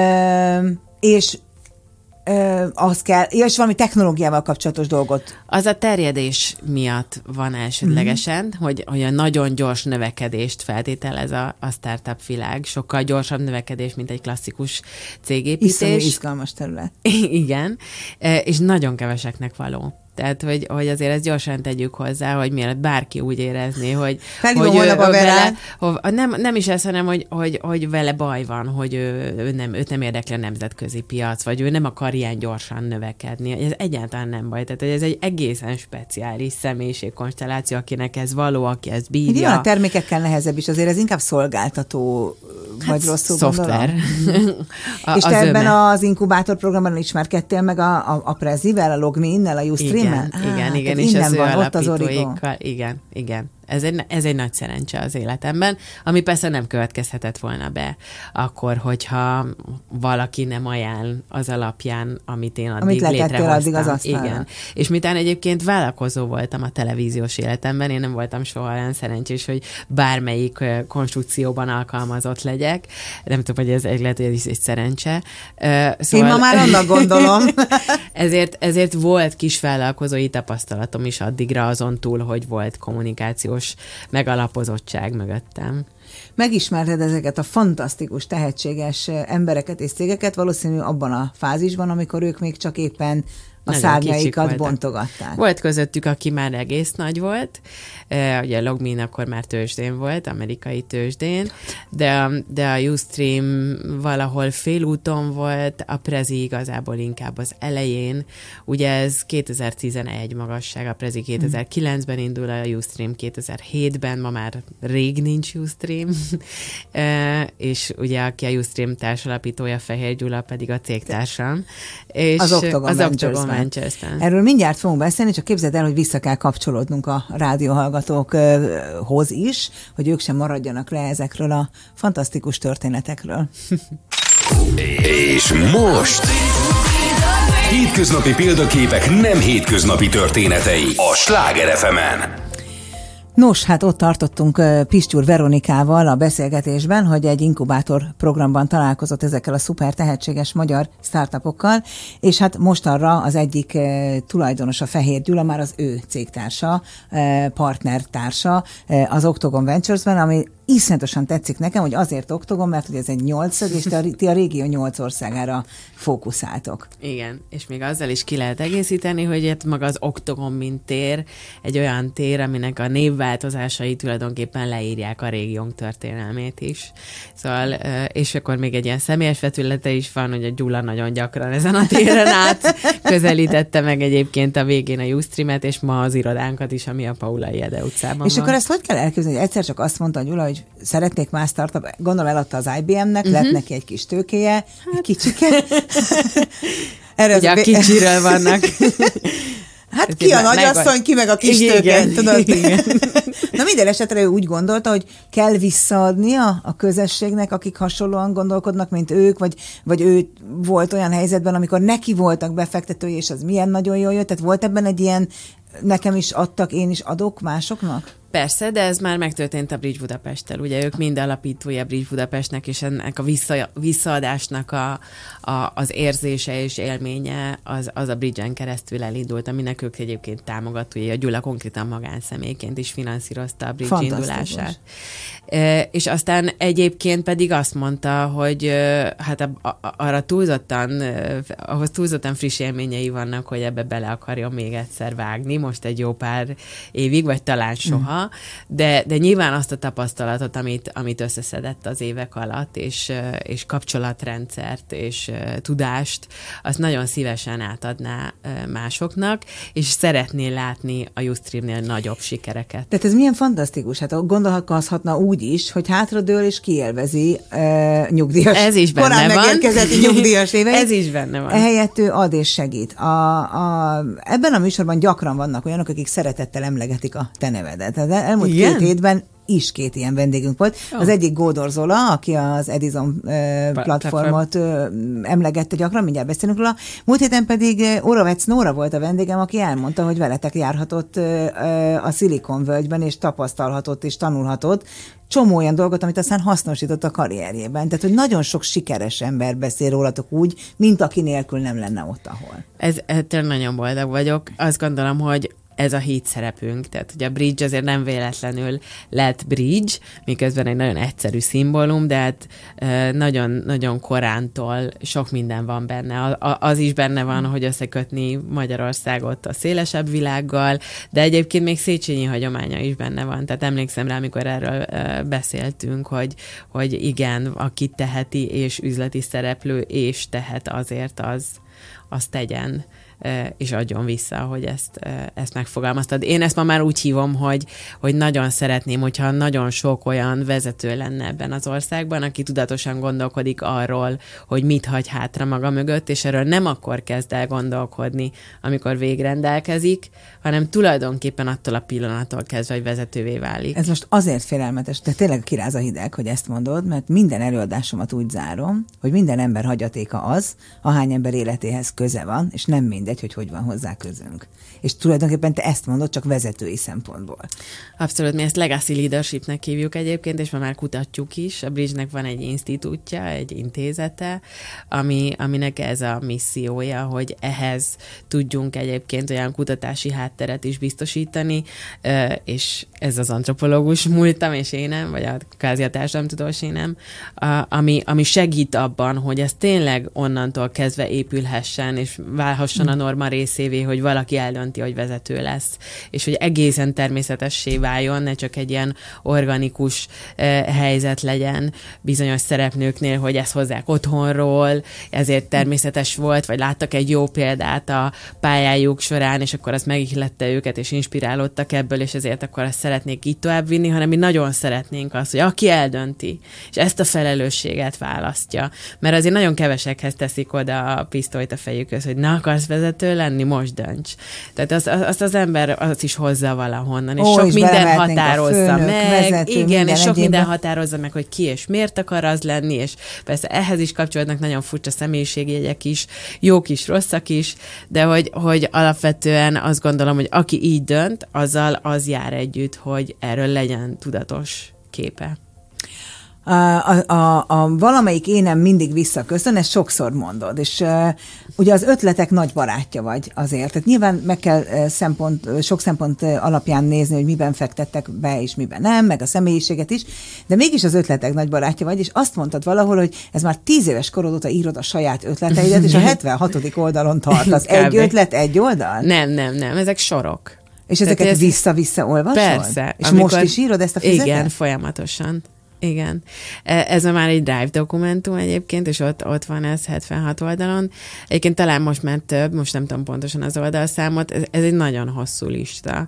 És az kell, és valami technológiával kapcsolatos dolgot. Az a terjedés miatt van elsődlegesen, hogy a nagyon gyors növekedést feltételez a startup világ, sokkal gyorsabb növekedés, mint egy klasszikus cégépítés. Iszonyú izgalmas terület. Igen, és nagyon keveseknek való. Tehát, hogy azért ezt gyorsan tegyük hozzá, hogy mielőtt bárki úgy érezné, hogy nem is ez, hanem hogy vele baj van, hogy őt nem érdekli a nemzetközi piac, vagy ő nem akar ilyen gyorsan növekedni. Ez egyáltalán nem baj. Tehát, hogy ez egy egészen speciális személyiségkonstelláció, akinek ez való, aki ezt bírja. Igen, a termékekkel nehezebb is, azért ez inkább szolgáltató, vagy rosszul szoftver. És te ebben az inkubátor programban ismerkedtél meg a Prezivel, a Logme-innel, a Ustream-mel? Igen, és az ő alapítóikkal. Igen. Ez egy nagy szerencse az életemben, ami persze nem következhetett volna be akkor, hogyha valaki nem ajánl az alapján, amit én addig létrehoztam. Addig az asztalra. Igen. És miután egyébként vállalkozó voltam a televíziós életemben, én nem voltam soha olyan szerencsés, hogy bármelyik konstrukcióban alkalmazott legyek. Nem tudom, hogy ez lehet, hogy ez egy szerencse. Szóval, én ma már annak gondolom. ezért volt kis vállalkozói tapasztalatom is addigra, azon túl, hogy volt kommunikációs megalapozottság mögöttem. Megismerted ezeket a fantasztikus, tehetséges embereket és cégeket, valószínű abban a fázisban, amikor ők még csak éppen a szárnyaikat bontogatták. Volt közöttük, aki már egész nagy volt, ugye a Logmin akkor már tőzsdén volt, amerikai tőzsdén, de a Ustream valahol félúton volt, a Prezi igazából inkább az elején, ugye ez 2011 magasság, a Prezi 2009-ben indul, a Ustream 2007-ben, ma már rég nincs Ustream, és ugye aki a Ustream társalapítója, Fehér Gyula pedig a cégtársam. És az Octagon Ventures-ben. Erről mindjárt fogunk beszélni, csak képzeld el, hogy vissza kell kapcsolódnunk a rádióhallgatókhoz is, hogy ők sem maradjanak le ezekről a fantasztikus történetekről. És most hétköznapi példaképek nem hétköznapi történetei a Sláger FM-en. Nos, hát ott tartottunk Pistyúr Veronikával a beszélgetésben, hogy egy inkubátor programban találkozott ezekkel a szuper tehetséges magyar startupokkal, és hát mostanra az egyik tulajdonosa, Fehér Gyula, már az ő cégtársa, partnertársa az Octagon Ventures-ben, ami iszonyatosan tetszik nekem, hogy azért Octagon, mert ugye ez egy 8-szög, és ti a régió 8 országára fókuszáltok. Igen, és még azzal is ki lehet egészíteni, hogy itt maga az Octagon, mint tér, egy olyan tér, aminek a névváltozásai tulajdonképpen leírják a régiónk történelmét is. Szóval, és akkor még egy ilyen személyes vetülete is van, hogy a Gyula nagyon gyakran ezen a téren át közelítette meg egyébként a végén a Ustreamet, és ma az irodánkat is, ami a Paulai Ede utcában és van. akkor ezt hogy kell elképzelni, hogy egyszer csak azt mondta a Gyula, hogy szeretnék más startup, gondolom eladta az IBM-nek, lett neki egy kis tőkéje, egy kicsike. Ugye a kicsiről vannak. Hát ki a nagyasszony, ki meg a kis tőke, tudod? Igen. Na minden esetre ő úgy gondolta, hogy kell visszaadnia a közösségnek, akik hasonlóan gondolkodnak, mint ők, vagy ő volt olyan helyzetben, amikor neki voltak befektetői, és az milyen nagyon jól jött. Tehát volt ebben egy ilyen, nekem is adtak, én is adok másoknak? Persze, de ez már megtörtént a Bridge Budapesttel. Ugye ők mind alapítója Bridge Budapestnek, és ennek a visszaadásnak az érzése és élménye az a Bridge-en keresztül elindult, aminek ők egyébként támogatói. A Gyula konkrétan magánszemélyként is finanszírozta a Bridge indulását. És aztán egyébként pedig azt mondta, hogy hát ahhoz túlzottan friss élményei vannak, hogy ebbe bele akarja még egyszer vágni, most egy jó pár évig, vagy talán soha, de nyilván azt a tapasztalatot, amit összeszedett az évek alatt, és kapcsolatrendszert, és tudást, azt nagyon szívesen átadná másoknak, és szeretné látni a Ustreamnél nagyobb sikereket. Tehát ez milyen fantasztikus, hát gondolkozhatna úgy is, hogy hátradől és kiélvezi nyugdíjas. Ez is benne korán van. megérkezett nyugdíjas éveit. Ez is benne van. Ehelyett ő ad és segít. Ebben a műsorban gyakran vannak olyanok, akik szeretettel emlegetik a te nevedet. Az elmúlt 2 hétben is 2 ilyen vendégünk volt. Az egyik Gódor Zola, aki az Edison platformot emlegette gyakran, mindjárt beszélünk róla. Múlt héten pedig Oravec Nóra volt a vendégem, aki elmondta, hogy veletek járhatott a Szilikonvölgyben, és tapasztalhatott és tanulhatott csomó olyan dolgot, amit aztán hasznosított a karrierjében. Tehát, hogy nagyon sok sikeres ember beszél rólatok úgy, mint aki nélkül nem lenne ott, ahol. Ettől nagyon boldog vagyok. Azt gondolom, hogy ez a híd szerepünk, tehát ugye a Bridge azért nem véletlenül lett Bridge, miközben egy nagyon egyszerű szimbólum, de hát nagyon korántól sok minden van benne. Az is benne van, hogy összekötni Magyarországot a szélesebb világgal, de egyébként még Széchenyi hagyománya is benne van. Tehát emlékszem rá, amikor erről beszéltünk, hogy igen, aki teheti és üzleti szereplő, és tehet azért az tegyen, és adjon vissza, hogy ezt megfogalmaztad. Én ezt ma már úgy hívom, hogy nagyon szeretném, hogyha nagyon sok olyan vezető lenne ebben az országban, aki tudatosan gondolkodik arról, hogy mit hagy hátra maga mögött, és erről nem akkor kezd el gondolkodni, amikor végrendelkezik, hanem tulajdonképpen attól a pillanattól kezdve, hogy vezetővé válik. Ez most azért félelmetes, de tényleg kiráz a hideg, hogy ezt mondod, mert minden előadásomat úgy zárom, hogy minden ember hagyatéka az, ahány ember életéhez köze van, és nem mindegy, hogy van hozzá közünk. És tulajdonképpen te ezt mondod, csak vezetői szempontból. Abszolút, mi ezt legacy leadershipnek hívjuk egyébként, és ma már kutatjuk is. A Bridge-nek van egy institútja, egy intézete, aminek ez a missziója, hogy ehhez tudjunk egyébként olyan kutatási hátteret is biztosítani, és ez az antropológus múltam, és én nem, vagy kvázi a társadalomtudós én nem, ami segít abban, hogy ez tényleg onnantól kezdve épülhessen, és válhasson a norma részévé, hogy valaki eldönti, hogy vezető lesz, és hogy egészen természetessé váljon, ne csak egy ilyen organikus helyzet legyen bizonyos szereplőknél, hogy ezt hozzák otthonról, ezért természetes volt, vagy láttak egy jó példát a pályájuk során, és akkor az megihlette őket, és inspirálódtak ebből, és ezért akkor ezt szeretnék így továbbvinni, hanem mi nagyon szeretnénk azt, hogy aki eldönti, és ezt a felelősséget választja. Mert azért nagyon kevesekhez teszik oda a pisztolyt a fejükhöz, hogy na, akarsz vezető lenni, most dönts. Tehát azt az ember azt is hozza valahonnan, és sok minden határozza meg. Vezető, igen, és sok minden határozza meg, hogy ki és miért akar az lenni, és persze ehhez is kapcsolódnak nagyon furcsa személyiségjegyek is, jók is, rosszak is, de hogy alapvetően azt gondolom, hogy aki így dönt, azzal az jár együtt, hogy erről legyen tudatos képe. Valamelyik énem mindig visszaköszön, ezt sokszor mondod, és ugye az ötletek nagy barátja vagy azért. Tehát nyilván meg kell sok szempont alapján nézni, hogy miben fektettek be, és miben nem, meg a személyiséget is, de mégis az ötletek nagy barátja vagy, és azt mondtad valahol, hogy ez már 10 éves korod óta írod a saját ötleteidet, és a 76. oldalon tartasz. Egy ötlet, egy oldal? Nem, ezek sorok. És ezeket vissza-vissza olvasol? Persze. És most is írod ezt a füzetet? Igen, folyamatosan. Igen. Ez már egy Drive dokumentum egyébként, és ott van ez 76 oldalon. Egyébként talán most már több, most nem tudom pontosan az oldalszámot, ez egy nagyon hosszú lista.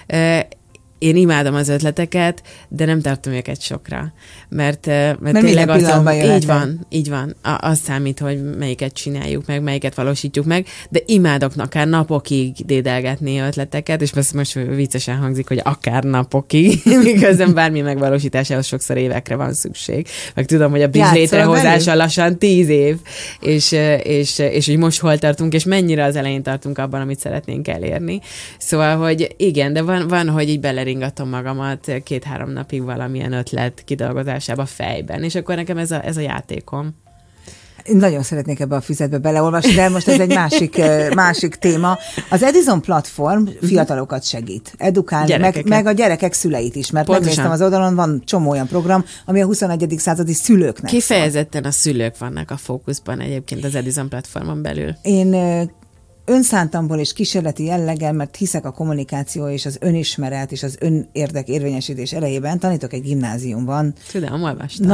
Én imádom az ötleteket, de nem tartom őket sokra. Mert tényleg így van. Az számít, hogy melyiket csináljuk meg, melyiket valósítjuk meg, de imádok akár napokig dédelgetni ötleteket, és most viccesen hangzik, hogy akár napokig, miközben bármi megvalósításához sokszor évekre van szükség. Meg tudom, hogy a BIM létrehozása lassan 10 év, és hogy most hol tartunk, és mennyire az elején tartunk abban, amit szeretnénk elérni. Szóval, hogy igen, de van hogy így ringatom magamat 2-3 napig valamilyen ötlet kidolgozásába fejben, és akkor nekem ez a játékom. Én nagyon szeretnék ebbe a füzetbe beleolvasni, de most ez egy másik téma. Az Edison platform fiatalokat segít, edukálni, meg a gyerekek szüleit is, mert megnéztem az oldalon, van csomó olyan program, ami a 21. századi szülőknek kifejezetten a szülők vannak a fókuszban egyébként az Edison platformon belül. Én önszántamból és kísérleti jelleggel, mert hiszek a kommunikáció és az önismeret és az önérdek érvényesítés elejében, tanítok egy gimnáziumban. Tudom, olvastam.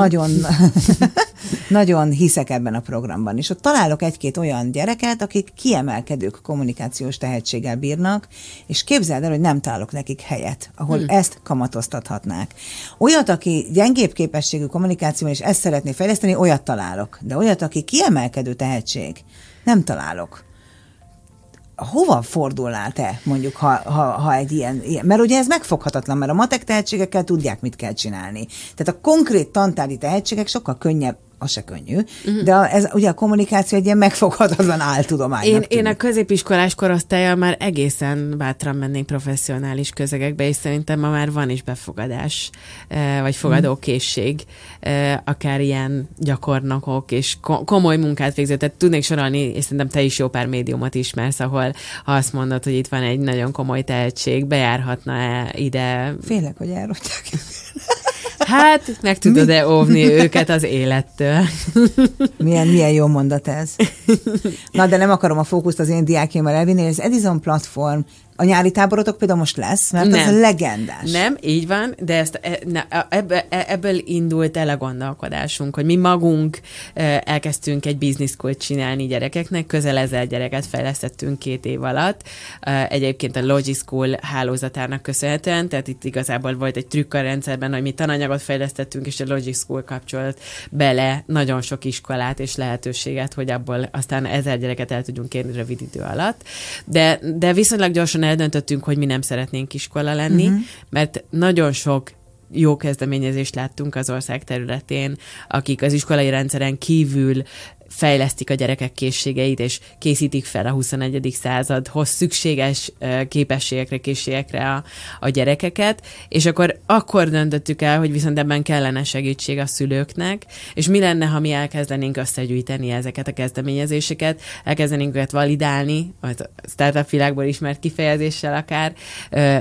Nagyon hiszek ebben a programban, és ott találok egy-két olyan gyereket, akik kiemelkedők kommunikációs tehetséggel bírnak, és képzeld el, hogy nem találok nekik helyet, ahol ezt kamatoztathatnák. Olyat, aki gyengébb képességű kommunikációban, és ezt szeretné fejleszteni, olyat találok. De olyat, aki kiemelkedő tehetség, nem találok. Hova fordulnál te, mondjuk, ha egy ilyen, mert ugye ez megfoghatatlan, mert a matek tehetségekkel tudják, mit kell csinálni. Tehát a konkrét tantárgyi tehetségek sokkal könnyebb, az se könnyű, de ez ugye a kommunikáció egy ilyen megfoghatatlan áltudománynak Én a középiskolás korosztállyal már egészen bátran mennék professzionális közegekbe, és szerintem ma már van is befogadás, vagy fogadókészség, akár ilyen gyakornokok, és komoly munkát végző. Tehát tudnék sorolni, és szerintem te is jó pár médiumot ismersz, ahol ha azt mondod, hogy itt van egy nagyon komoly tehetség, bejárhatna ide. Félek, hogy elrontják. Hát, meg tudod-e óvni őket az élettől? Milyen jó mondat ez. Na, de nem akarom a fókuszt az én diákjaimmal elvinni, hogy az Edison platform, a nyári táborotok például most lesz, mert nem. Ez legendás. Nem, így van, de ebből indult el a gondolkodásunk, hogy mi magunk elkezdtünk egy business school-t csinálni gyerekeknek, közel 1000 gyereket fejlesztettünk 2 év alatt, egyébként a Logic School hálózatának köszönhetően, tehát itt igazából volt egy trükk a rendszerben, hogy mi tananyagot fejlesztettünk, és a Logic School kapcsolt bele nagyon sok iskolát és lehetőséget, hogy abból aztán 1000 gyereket el tudjunk érni rövid idő alatt. De viszonylag gyorsan eldöntöttünk, hogy mi nem szeretnénk iskola lenni, mert nagyon sok jó kezdeményezést láttunk az ország területén, akik az iskolai rendszeren kívül fejlesztik a gyerekek készségeit, és készítik fel a 21. századhoz szükséges képességekre, készségekre a gyerekeket, és akkor döntöttük el, hogy viszont ebben kellene segítség a szülőknek, és mi lenne, ha mi elkezdenénk összegyűjteni ezeket a kezdeményezéseket, elkezdenénk őket validálni, a startup világból ismert kifejezéssel akár,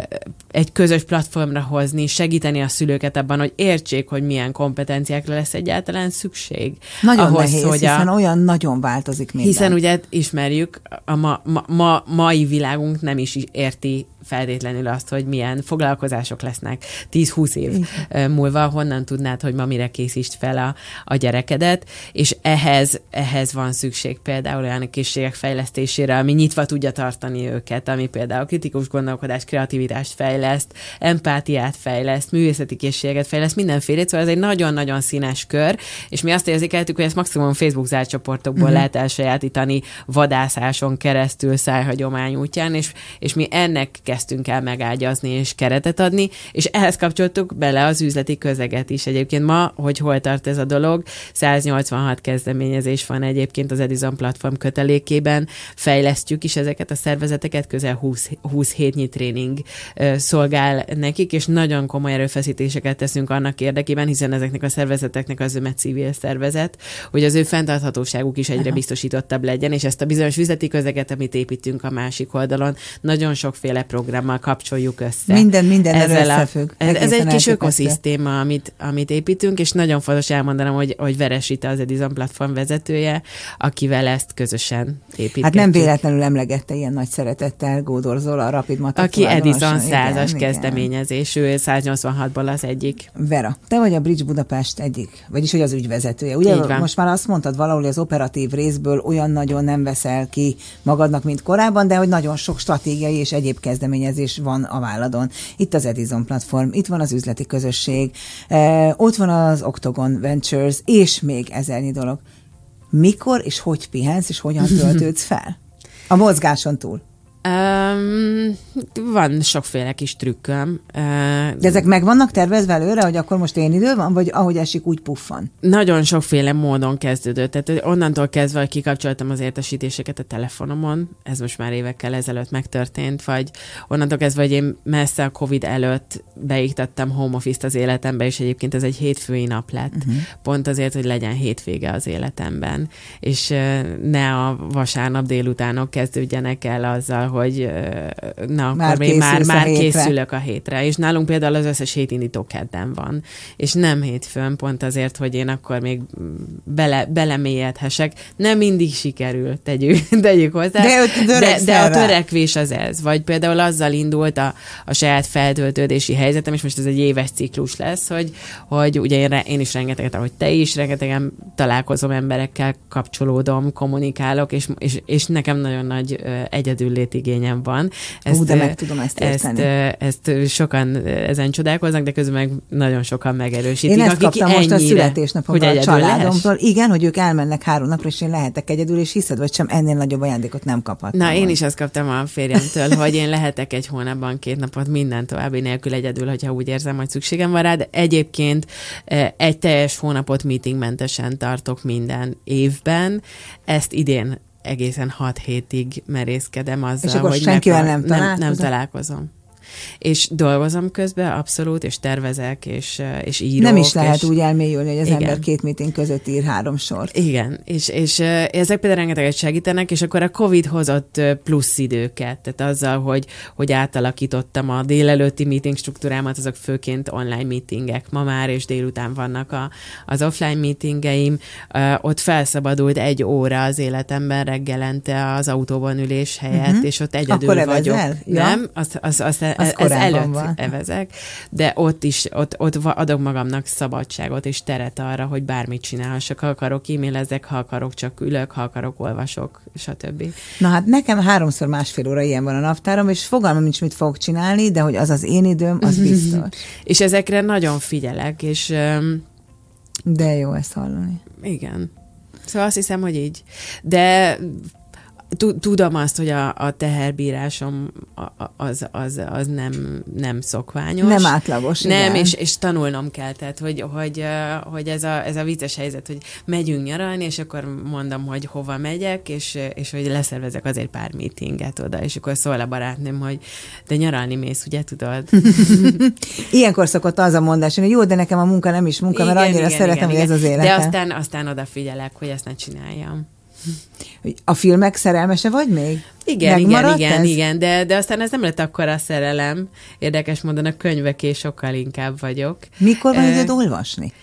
egy közös platformra hozni, segíteni a szülőket abban, hogy értsék, hogy milyen kompetenciákra lesz egyáltalán szükség. Nagyon ahhoz, nehéz, hogy hiszen olyan nagyon változik minden. Hiszen ugye ismerjük, a mai világunk nem is érti feltétlenül azt, hogy milyen foglalkozások lesznek 10-20 év múlva, honnan tudnád, hogy ma mire készítsd fel a gyerekedet, és ehhez van szükség például olyan készségek fejlesztésére, ami nyitva tudja tartani őket, ami például kritikus gondolkodás, kreativitást fejleszt, empátiát fejleszt, művészeti készséget fejleszt, mindenfélét, szóval ez egy nagyon-nagyon színes kör, és mi azt érzékeltük, hogy ezt maximum Facebook zárt csoportokból lehet elsajátítani vadászáson keresztül szájhagyomány útján, és mi ennek kezdtünk el megágyazni és keretet adni, és ehhez kapcsoltuk bele az üzleti közeget is. Egyébként ma, hogy hol tart ez a dolog, 186 kezdeményezés van egyébként az Edison platform kötelékében, fejlesztjük is ezeket a szervezeteket, közel 20 hétnyi tréning szolgál nekik, és nagyon komoly erőfeszítéseket teszünk annak érdekében, hiszen ezeknek a szervezeteknek az zöme civil szervezet, hogy az ő fenntarthatóságuk is egyre biztosítottabb legyen, és ezt a bizonyos üzleti közeget, amit építünk a másik oldalon, nagyon sokféle programmal kapcsoljuk össze. Minden összefügg. Ez egy kis ökoszisztéma, amit építünk, és nagyon fontos elmondanom, hogy Veres Rita az Edison platform vezetője, akivel ezt közösen építjük. Hát nem véletlenül emlegette ilyen nagy szeretettel Gódor Zola, a Rapid Matek. Aki Edison 100-as kezdeményezés, ő 186-ból az egyik. Vera, te vagy a Bridge Budapest egyik, vagyis hogy az ügyvezetője. Ugye most már azt mondtad valahol, hogy az operatív részből olyan nagyon nem veszel ki magadnak, mint korábban, de hogy nagyon sok stratégiai és egyéb kezdeményezés van a válladon. Itt az Edison platform, itt van az üzleti közösség, ott van az Octagon Ventures, és még ezernyi dolog. Mikor és hogy pihensz, és hogyan töltődsz fel? A mozgáson túl. Van sokféle kis trükköm. De ezek meg vannak tervezve előre, hogy akkor most én idő van, vagy ahogy esik, úgy puffan? Nagyon sokféle módon kezdődött. Tehát onnantól kezdve, hogy kikapcsoltam az értesítéseket a telefonomon, ez most már évekkel ezelőtt megtörtént, vagy onnantól kezdve, hogy én messze a Covid előtt beiktattam home office-t az életembe, és egyébként ez egy hétfői nap lett. Pont azért, hogy legyen hétvége az életemben. És ne a vasárnap délutánok kezdődjenek el azzal, hogy na, akkor már készülök a hétre. És nálunk például az összes hétindító kedden van. És nem hétfőn, pont azért, hogy én akkor még belemélyedhessek. Nem mindig sikerül, tegyük hozzá. De a törekvés az ez. Vagy például azzal indult a saját feltöltődési helyzetem, és most ez egy éves ciklus lesz, hogy ugye én is rengeteget, ahogy te is, rengetegen találkozom emberekkel, kapcsolódom, kommunikálok, és nekem nagyon nagy egyedüllét igényem van. De meg tudom ezt érteni. Ezt sokan ezen csodálkoznak, de közben meg nagyon sokan megerősítik. Én ezt kaptam most a születésnapomra a családomtól. Igen, hogy ők elmennek 3 napra, és én lehetek egyedül, és hiszed, vagy sem, ennél nagyobb ajándékot nem kaphattam. Na, én is azt kaptam a férjemtől, hogy én lehetek egy hónapban 2 napot minden további nélkül egyedül, hogyha úgy érzem, hogy szükségem van rá, de egyébként egy teljes hónapot meetingmentesen tartok minden évben. Ezt idén egészen 6 hétig merészkedem azzal, és akkor hogy senkivel nem találkozom. És dolgozom közben, abszolút, és tervezek, és írok. Nem is lehet úgy elmélyülni, hogy az ember 2 meeting között ír 3 sort. Igen, és ezek például rengeteget segítenek, és akkor a Covid hozott plusz időket, tehát azzal, hogy átalakítottam a délelőtti meeting struktúrámat, azok főként online meetingek ma már, és délután vannak az offline meetingeim. Ott felszabadult 1 óra az életemben reggelente az autóban ülés helyett, és ott egyedül akkor vagyok. Ja. Nem? Ez előtt evezek, de ott adok magamnak szabadságot és teret arra, hogy bármit csinálhassak. Ha akarok, e-mailezek, ha akarok, csak ülök, ha akarok, olvasok, stb. Na hát nekem 3-szor 1,5 óra ilyen van a naptárom, és fogalmam nincs, mit fogok csinálni, de hogy az az én időm, az biztos. És ezekre nagyon figyelek, és... De jó ezt hallani. Igen. Szóval azt hiszem, hogy így. De... Tudom azt, hogy a teherbírásom az nem szokványos. Nem átlagos, nem, és tanulnom kell, tehát hogy ez a vicces helyzet, hogy megyünk nyaralni, és akkor mondom, hogy hova megyek, és hogy leszervezek azért pár meetinget oda, és akkor szól a barátnőm, hogy de nyaralni mész, ugye tudod? Ilyenkor szokott az a mondás, hogy jó, de nekem a munka nem is munka, mert annyira szeretem, hogy ez az életem. De aztán odafigyelek, hogy ezt ne csináljam. A filmek szerelmese vagy még? Igen, de aztán ez nem lett akkora szerelem. Érdekes módon a könyveké sokkal inkább vagyok. Mikor van időd olvasni?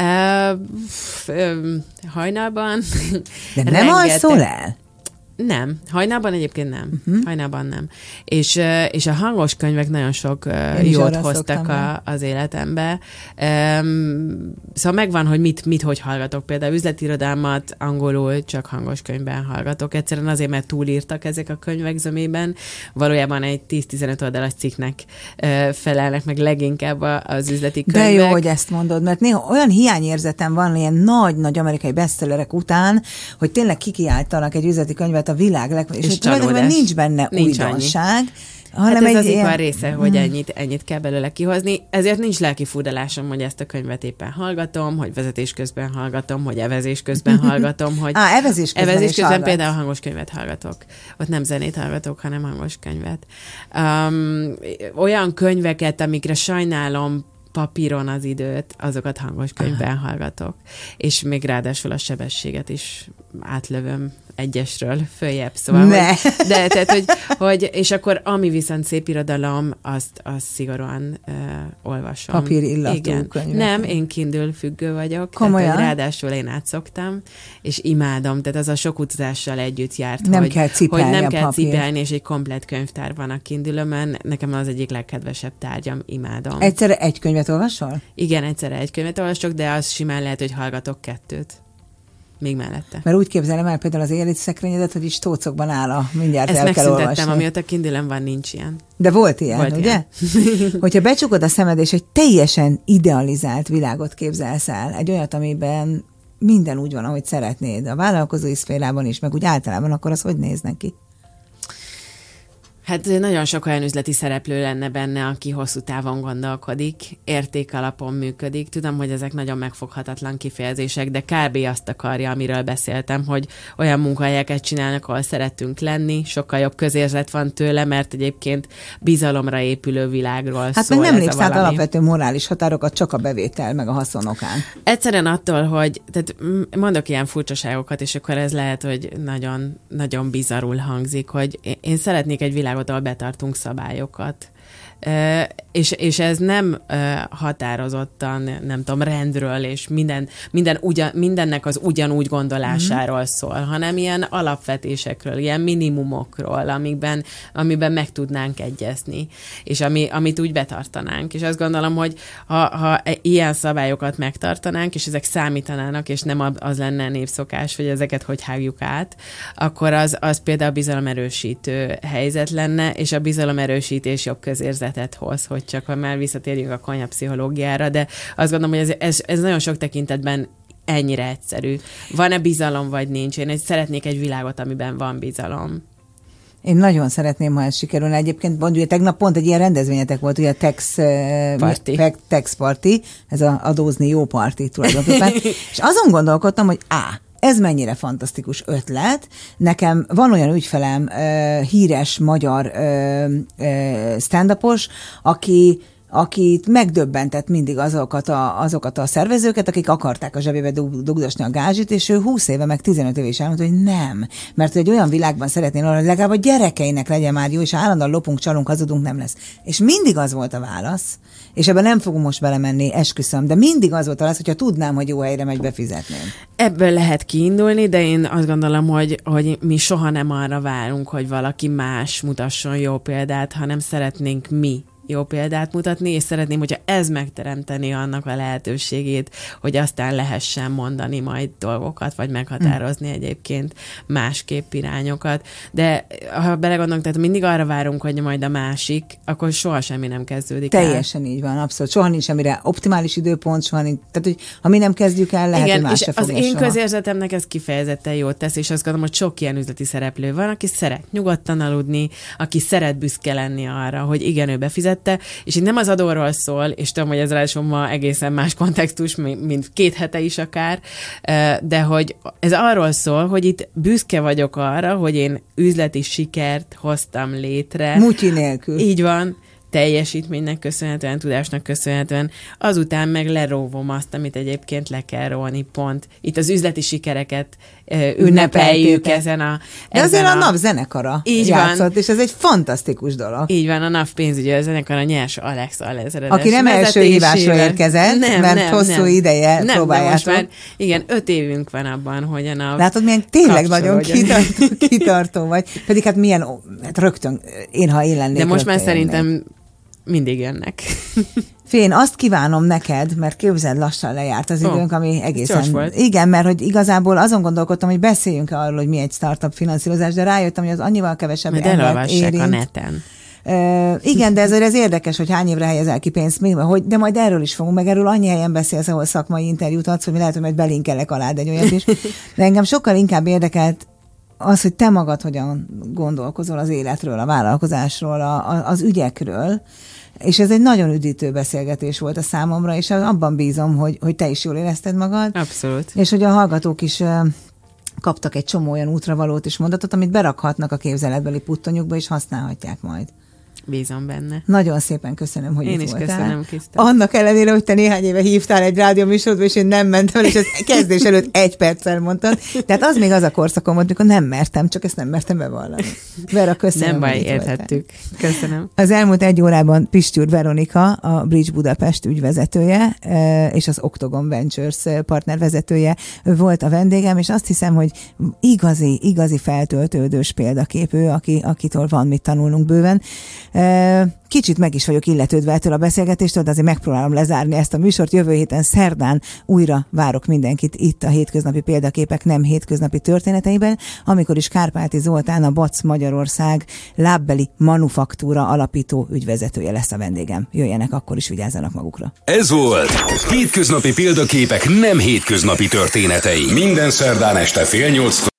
Hajnalban. De nem alszol el? Nem. Hajnalban egyébként nem. Hajnalban nem. És a hangos könyvek nagyon sok jót hoztak az életembe. Szóval megvan, hogy mit hogy hallgatok. Például üzletirodalmat angolul csak hangos könyvben hallgatok. Egyszerűen azért, mert túlírtak ezek a könyvek zömében. Valójában egy 10-15 oldalas cikknek felelnek meg leginkább az üzleti könyvek. De jó, hogy ezt mondod, mert néha olyan hiányérzetem van ilyen nagy-nagy amerikai bestsellerek után, hogy tényleg kikiáltanak egy üzleti könyvet a világ és tulajdonképpen nincs benne újdonság. Hát ez az ipar része, hogy ennyit kell belőle kihozni. Ezért nincs lelki furdalásom, hogy ezt a könyvet éppen hallgatom, hogy vezetés közben hallgatom, hogy evezés közben hallgatom, hogy evezés közben például hangos könyvet hallgatok. Ott nem zenét hallgatok, hanem hangos könyvet. Olyan könyveket, amikre sajnálom papíron az időt, azokat hangos könyvben hallgatok. És még ráadásul a sebességet is átlövöm egyesről följebb. Szóval, de tehát, hogy és akkor ami viszont szép irodalom, azt szigorúan olvasom. Papír illatú könyvek. Nem, én Kindle függő vagyok. Komolyan? Tehát, ráadásul én átszoktam, és imádom. Tehát az a sok utazással együtt járt, nem hogy kell cipelni, hogy nem kell cipelni, és egy komplett könyvtár van a Kindle-ömön. Nekem az egyik legkedvesebb tárgyam, imádom. Egyszerre egy könyvet olvasol? Igen, egyszerre egy könyvet olvasok, de az simán lehet, hogy hallgatok 2. Még mellette. Mert úgy képzelem el például az élet szekrényedet, hogy is tócokban áll mindjárt ezt el kell olvasni. megszüntettem, amióta Kindle-en van, nincs ilyen. De volt ilyen, ugye? Hogyha becsukod a szemed, és egy teljesen idealizált világot képzelsz el, egy olyat, amiben minden úgy van, ahogy szeretnéd, a vállalkozói szférában is, meg úgy általában, akkor az hogy néz neki? Hát nagyon sok olyan üzleti szereplő lenne benne, aki hosszú távon gondolkodik, értékalapon működik. Tudom, hogy ezek nagyon megfoghatatlan kifejezések, de kb. Azt akarja, amiről beszéltem, hogy olyan munkahelyeket csinálnak, ahol szeretünk lenni, sokkal jobb közérzet van tőle, mert egyébként bizalomra épülő világról hát szól. Hát meg nem lépsz át alapvető morális határokat csak a bevétel, meg a haszonokán. Egyszerűen attól, hogy tehát mondok ilyen furcsaságokat, és akkor ez lehet, hogy nagyon, nagyon bizarrul hangzik, hogy én szeretnék egy világot, ahol betartunk szabályokat. És ez nem határozottan, nem tudom, rendről, és mindennek az ugyanúgy gondolásáról szól, hanem ilyen alapvetésekről, ilyen minimumokról, amiben meg tudnánk egyezni, és amit úgy betartanánk. És azt gondolom, hogy ha ilyen szabályokat megtartanánk, és ezek számítanának, és nem az lenne népszokás, hogy ezeket hogy hágjuk át, akkor az például bizalomerősítő helyzet lenne, és a bizalomerősítés jobb közérzetet hoz, hogy csak már visszatérjünk a konyhapszichológiára, de azt gondolom, hogy ez nagyon sok tekintetben ennyire egyszerű. Van-e bizalom, vagy nincs? Én szeretnék egy világot, amiben van bizalom. Én nagyon szeretném, ha ez sikerülne. Egyébként ugye tegnap pont egy ilyen rendezvényetek volt, ugye a Tax Party, ez az adózni jó parti tulajdonképpen. És azon gondolkodtam, hogy ez mennyire fantasztikus ötlet. Nekem van olyan ügyfelem, híres magyar stand-upos, akit megdöbbentett mindig azokat a szervezőket, akik akarták a zsebébe dugdosni a gázsit, és ő 20 éve, meg 15 éve is elmondta, hogy nem. Mert egy olyan világban szeretnél, hogy legalább a gyerekeinek legyen már jó, és állandóan lopunk, csalunk, hazudunk, nem lesz. És mindig az volt a válasz, és ebben nem fogunk most belemenni, esküszöm, de mindig az volt a válasz, hogyha tudnám, hogy jó helyre megy, befizetném. Ebből lehet kiindulni, de én azt gondolom, hogy mi soha nem arra várunk, hogy valaki más mutasson jó példát, hanem szeretnénk mi jó példát mutatni, és szeretném, hogyha ez megteremteni annak a lehetőségét, hogy aztán lehessen mondani majd dolgokat, vagy meghatározni egyébként másképp irányokat. De ha belegondolunk, tehát mindig arra várunk, hogy majd a másik, akkor soha semmi nem kezdődik el. Teljesen így van, abszolút. Soha nincs semmire optimális időpont, soha nincs. Tehát, hogy ha mi nem kezdjük el, lehet, hogy más se fogja az én közérzetemnek ez kifejezetten jót tesz, és azt gondolom, hogy sok ilyen üzleti szereplő van, aki szeret nyugodtan aludni, aki szeret büszke lenni arra, hogy igen, ő befizet, és itt nem az adóról szól, és tudom, hogy ez ráadásul ma egészen más kontextus, mint 2 hete is akár, de hogy ez arról szól, hogy itt büszke vagyok arra, hogy én üzleti sikert hoztam létre. Mutyi nélkül. Így van. teljesítménynek köszönhetően, tudásnak köszönhetően, azután meg leróvom azt, amit egyébként le kell róni, pont. Itt az üzleti sikereket ünnepeljük ezen a... De azért a NAV zenekara játszott, és ez egy fantasztikus dolog. Így van, a NAV pénzügyi a zenekara Nyers Alex Alezredes. Aki nem első hívásra érkezett, mert hosszú ideje próbáljátok. Most már, igen, 5 évünk van abban, hogy a NAV... Látod, milyen tényleg nagyon kitartó vagy. Pedig hát milyen, hát rögtön, ha én lennék. De most már szerintem mindig jönnek. Én azt kívánom neked, mert képzeld, lassan lejárt az időnk, ami egészen... volt. Igen, mert hogy igazából azon gondolkodtam, hogy beszéljünk arról, hogy mi egy startup finanszírozás, de rájöttem, hogy az annyival kevesebb embert érint. A neten. Igen, de ez érdekes, hogy hány évre helyezel ki pénzt, de majd erről is fogunk, meg erről annyi helyen beszélsz, ahol szakmai interjút adsz, hogy lehet, hogy majd belinkelek alá egy olyat is. De engem sokkal inkább érdekelt az, hogy te magad hogyan gondolkozol az életről, a vállalkozásról, az ügyekről, és ez egy nagyon üdítő beszélgetés volt a számomra, és abban bízom, hogy te is jól érezted magad. Abszolút. És hogy a hallgatók is kaptak egy csomó olyan útravalót és mondatot, amit berakhatnak a képzeletbeli puttonyukba, és használhatják majd. Bízom benne. Nagyon szépen köszönöm, hogy én itt voltál. Én is köszönöm, Kriszta. Annak ellenére, hogy te néhány éve hívtál egy rádióműsorba, és én nem mentem, és ezt kezdés előtt 1 perccel mondtad. Tehát az még az a korszakom volt, mikor nem mertem, csak ezt nem mertem bevallani. Vera, köszönöm. Nem baj, érthettük. Köszönöm. Az elmúlt 1 órában Pistyúr Veronika, a Bridge Budapest ügyvezetője, és az Octagon Ventures partnervezetője volt a vendégem, és azt hiszem, hogy igazi feltöltődős példaképű, akitől van mit tanulnunk bőven. Kicsit meg is vagyok illetődve ettől a beszélgetéstől, de azért megpróbálom lezárni ezt a műsort. Jövő héten szerdán újra várok mindenkit itt a hétköznapi példaképek nem hétköznapi történeteiben, amikor is Kárpáti Zoltán, a BAC Magyarország lábbeli manufaktúra alapító ügyvezetője lesz a vendégem. Jöjjenek, akkor is vigyázzanak magukra. Ez volt Hétköznapi példaképek nem hétköznapi történetei. Minden szerdán este 7:30